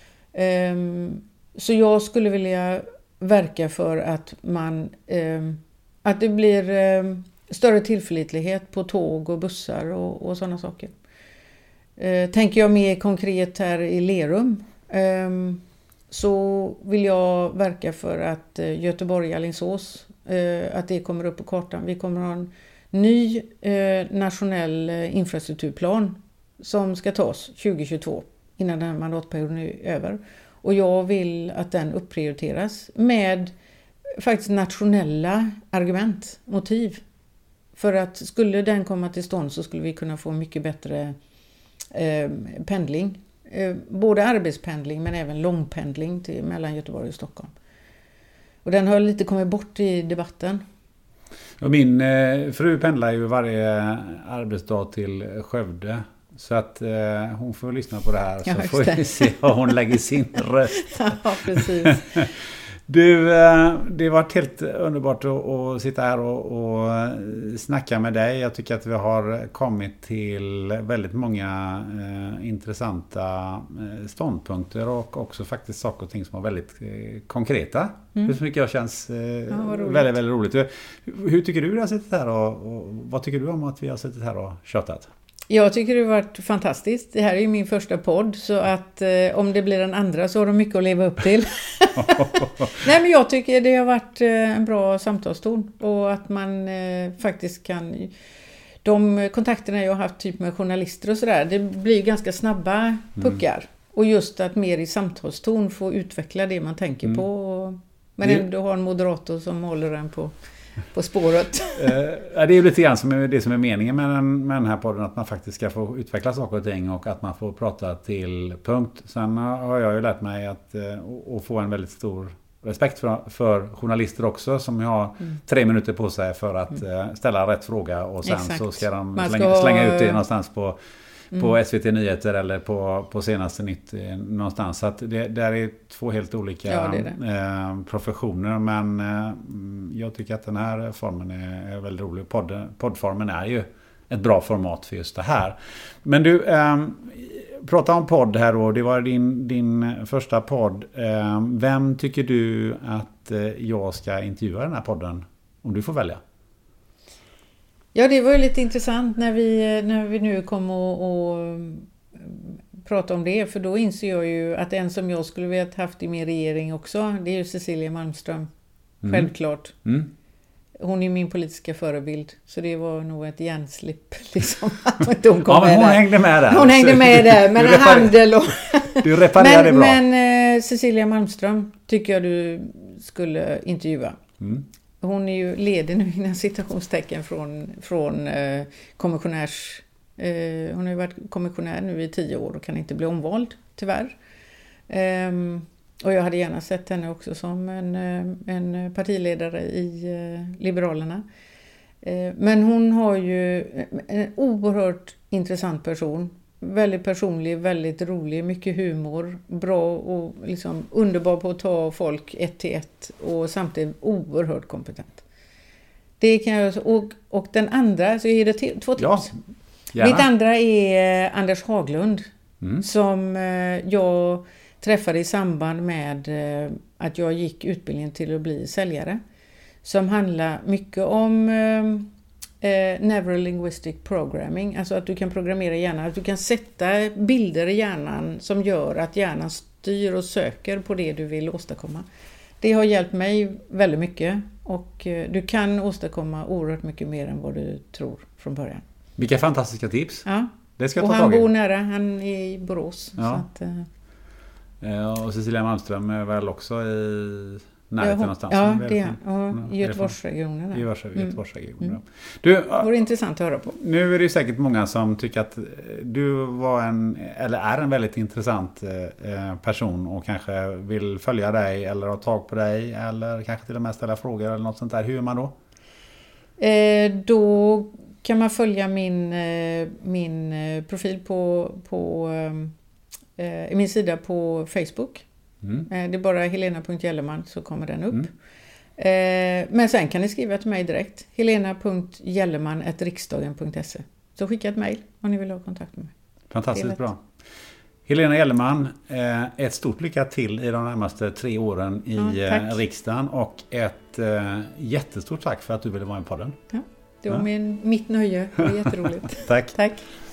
Så jag skulle vilja verka för att att det blir större tillförlitlighet på tåg och bussar och sådana saker. Tänker jag mer konkret här i Lerum så vill jag verka för att Göteborg-Alingsås att det kommer upp på kartan. Vi kommer ha en ny nationell infrastrukturplan som ska tas 2022 innan den här mandatperioden är över. Och jag vill att den upprioriteras med faktiskt nationella argument, motiv. För att skulle den komma till stånd så skulle vi kunna få mycket bättre pendling. Både arbetspendling men även långpendling mellan Göteborg och Stockholm. Och den har lite kommit bort i debatten. Och min fru pendlar ju varje arbetsdag till Skövde. Så att hon får lyssna på det här. Ja, så får vi se om hon lägger sin röst. Ja, precis. Du, det har varit helt underbart att sitta här och snacka med dig. Jag tycker att vi har kommit till väldigt många intressanta ståndpunkter och också faktiskt saker och ting som var väldigt konkreta. Det tycker jag känns väldigt, väldigt roligt. Hur tycker du har suttit här och vad tycker du om att vi har suttit här och tjatat? Jag tycker det har varit fantastiskt. Det här är ju min första podd så att om det blir en andra så har de mycket att leva upp till. Nej, men jag tycker det har varit en bra samtalston och att man faktiskt kan... De kontakterna jag har haft typ med journalister och sådär, det blir ganska snabba puckar. Och just att mer i samtalston få utveckla det man tänker på. Men ändå ha en moderator som håller den på spåret. Det är ju lite grann som det som är meningen med den här podden, att man faktiskt ska få utveckla saker och ting och att man får prata till punkt. Sen har jag ju lärt mig att få en väldigt stor respekt för journalister också, som har 3 minuter på sig för att ställa rätt fråga och sen så ska de slänga ut det någonstans på SVT Nyheter eller på senaste nytt någonstans. Så att det där är 2 helt olika professioner, men jag tycker att den här formen är väldigt rolig. Poddformen är ju ett bra format för just det här. Men du, prata om podd här då. Det var din första podd. Vem tycker du att jag ska intervjua den här podden om du får välja? Ja, det var ju lite intressant när vi nu kom och prata om det. För då inser jag ju att en som jag skulle vilja haft i min regering också, det är ju Cecilia Malmström. självklart. Hon är min politiska förebild, så det var nog ett hjärnslipp liksom, att inte hon kom ja, men hon med hängde med där. Hon hängde med där, men handel och... Du reparerade bra. Men Cecilia Malmström tycker jag du skulle intervjua. Hon är ju ledig nu inom citationstecken från kommissionärs... hon har ju varit kommissionär nu i 10 år och kan inte bli omvald, tyvärr. Och jag hade gärna sett henne också som en partiledare i Liberalerna. Men hon har ju en oerhört intressant person. Väldigt personlig, väldigt rolig, mycket humor, bra och liksom underbar på att ta folk 1 till 1 och samtidigt oerhört kompetent. Det kan jag, och den andra, så är det 2 tips. Ja, mitt andra är Anders Haglund som jag träffade i samband med att jag gick utbildningen till att bli säljare. Som handlar mycket om Neurolinguistic Programming. Alltså att du kan programmera hjärnan. Att du kan sätta bilder i hjärnan som gör att hjärnan styr och söker på det du vill åstadkomma. Det har hjälpt mig väldigt mycket. Och du kan åstadkomma oerhört mycket mer än vad du tror från början. Vilka fantastiska tips. Ja. Det ska och ta han tag i. bor nära. Han är i Borås. Ja. Så att, och Cecilia Malmström är väl också i närheten någonstans. Ja, det är han. I Göteborgsregionen. I Göteborgsregionen. Det vore intressant att höra på. Nu är det ju säkert många som tycker att du var är en väldigt intressant person och kanske vill följa dig eller ha tag på dig eller kanske till och med ställa frågor eller något sånt där. Hur gör man då? Då kan man följa min profil på min sida på Facebook. Det är bara helena.gellerman så kommer den upp. Men sen kan ni skriva till mig direkt. helena.gellerman@riksdagen.se. Så skicka ett mejl om ni vill ha kontakt med mig. Fantastiskt bra. Helena Gellerman, ett stort lycka till i de närmaste 3 åren i riksdagen och ett jättestort tack för att du ville vara med på podden. Ja, det var mitt nöje. Det var jätteroligt. Tack.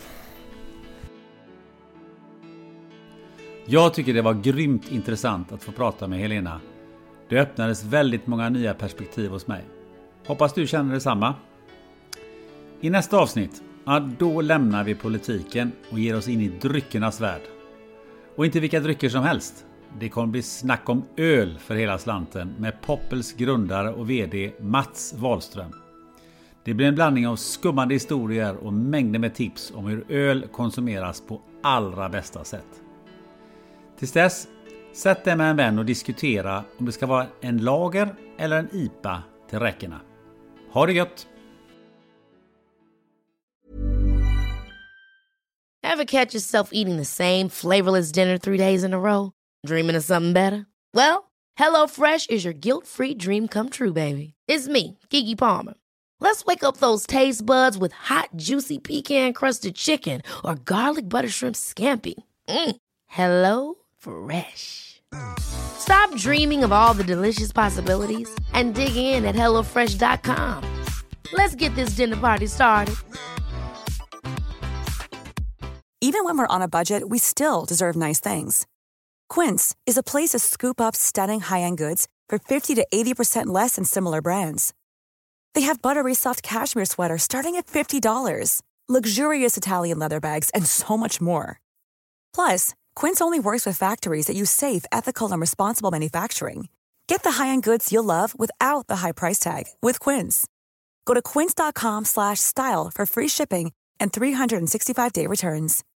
Jag tycker det var grymt intressant att få prata med Helena. Det öppnades väldigt många nya perspektiv hos mig. Hoppas du känner detsamma. I nästa avsnitt, då lämnar vi politiken och ger oss in i dryckernas värld. Och inte vilka drycker som helst. Det kommer bli snack om öl för hela slanten med Poppels grundare och vd Mats Wahlström. Det blir en blandning av skummande historier och mängder med tips om hur öl konsumeras på allra bästa sätt. Tills dess, sätt dig med en vän och diskutera om det ska vara en lager eller en IPA till räckorna. Ha det gött! Ever catch yourself eating the same flavorless dinner 3 days in a row? Dreaming of something better? Well, HelloFresh is your guilt-free dream come true, baby. It's me, Keke Palmer. Let's wake up those taste buds with hot, juicy pecan-crusted chicken or garlic butter shrimp scampi. Hello Fresh. Stop dreaming of all the delicious possibilities and dig in at HelloFresh.com. Let's get this dinner party started. Even when we're on a budget, we still deserve nice things. Quince is a place to scoop up stunning high-end goods for 50 to 80% less than similar brands. They have buttery soft cashmere sweaters starting at $50, luxurious Italian leather bags, and so much more. Plus, Quince only works with factories that use safe, ethical, and responsible manufacturing. Get the high-end goods you'll love without the high price tag with Quince. Go to quince.com/style for free shipping and 365-day returns.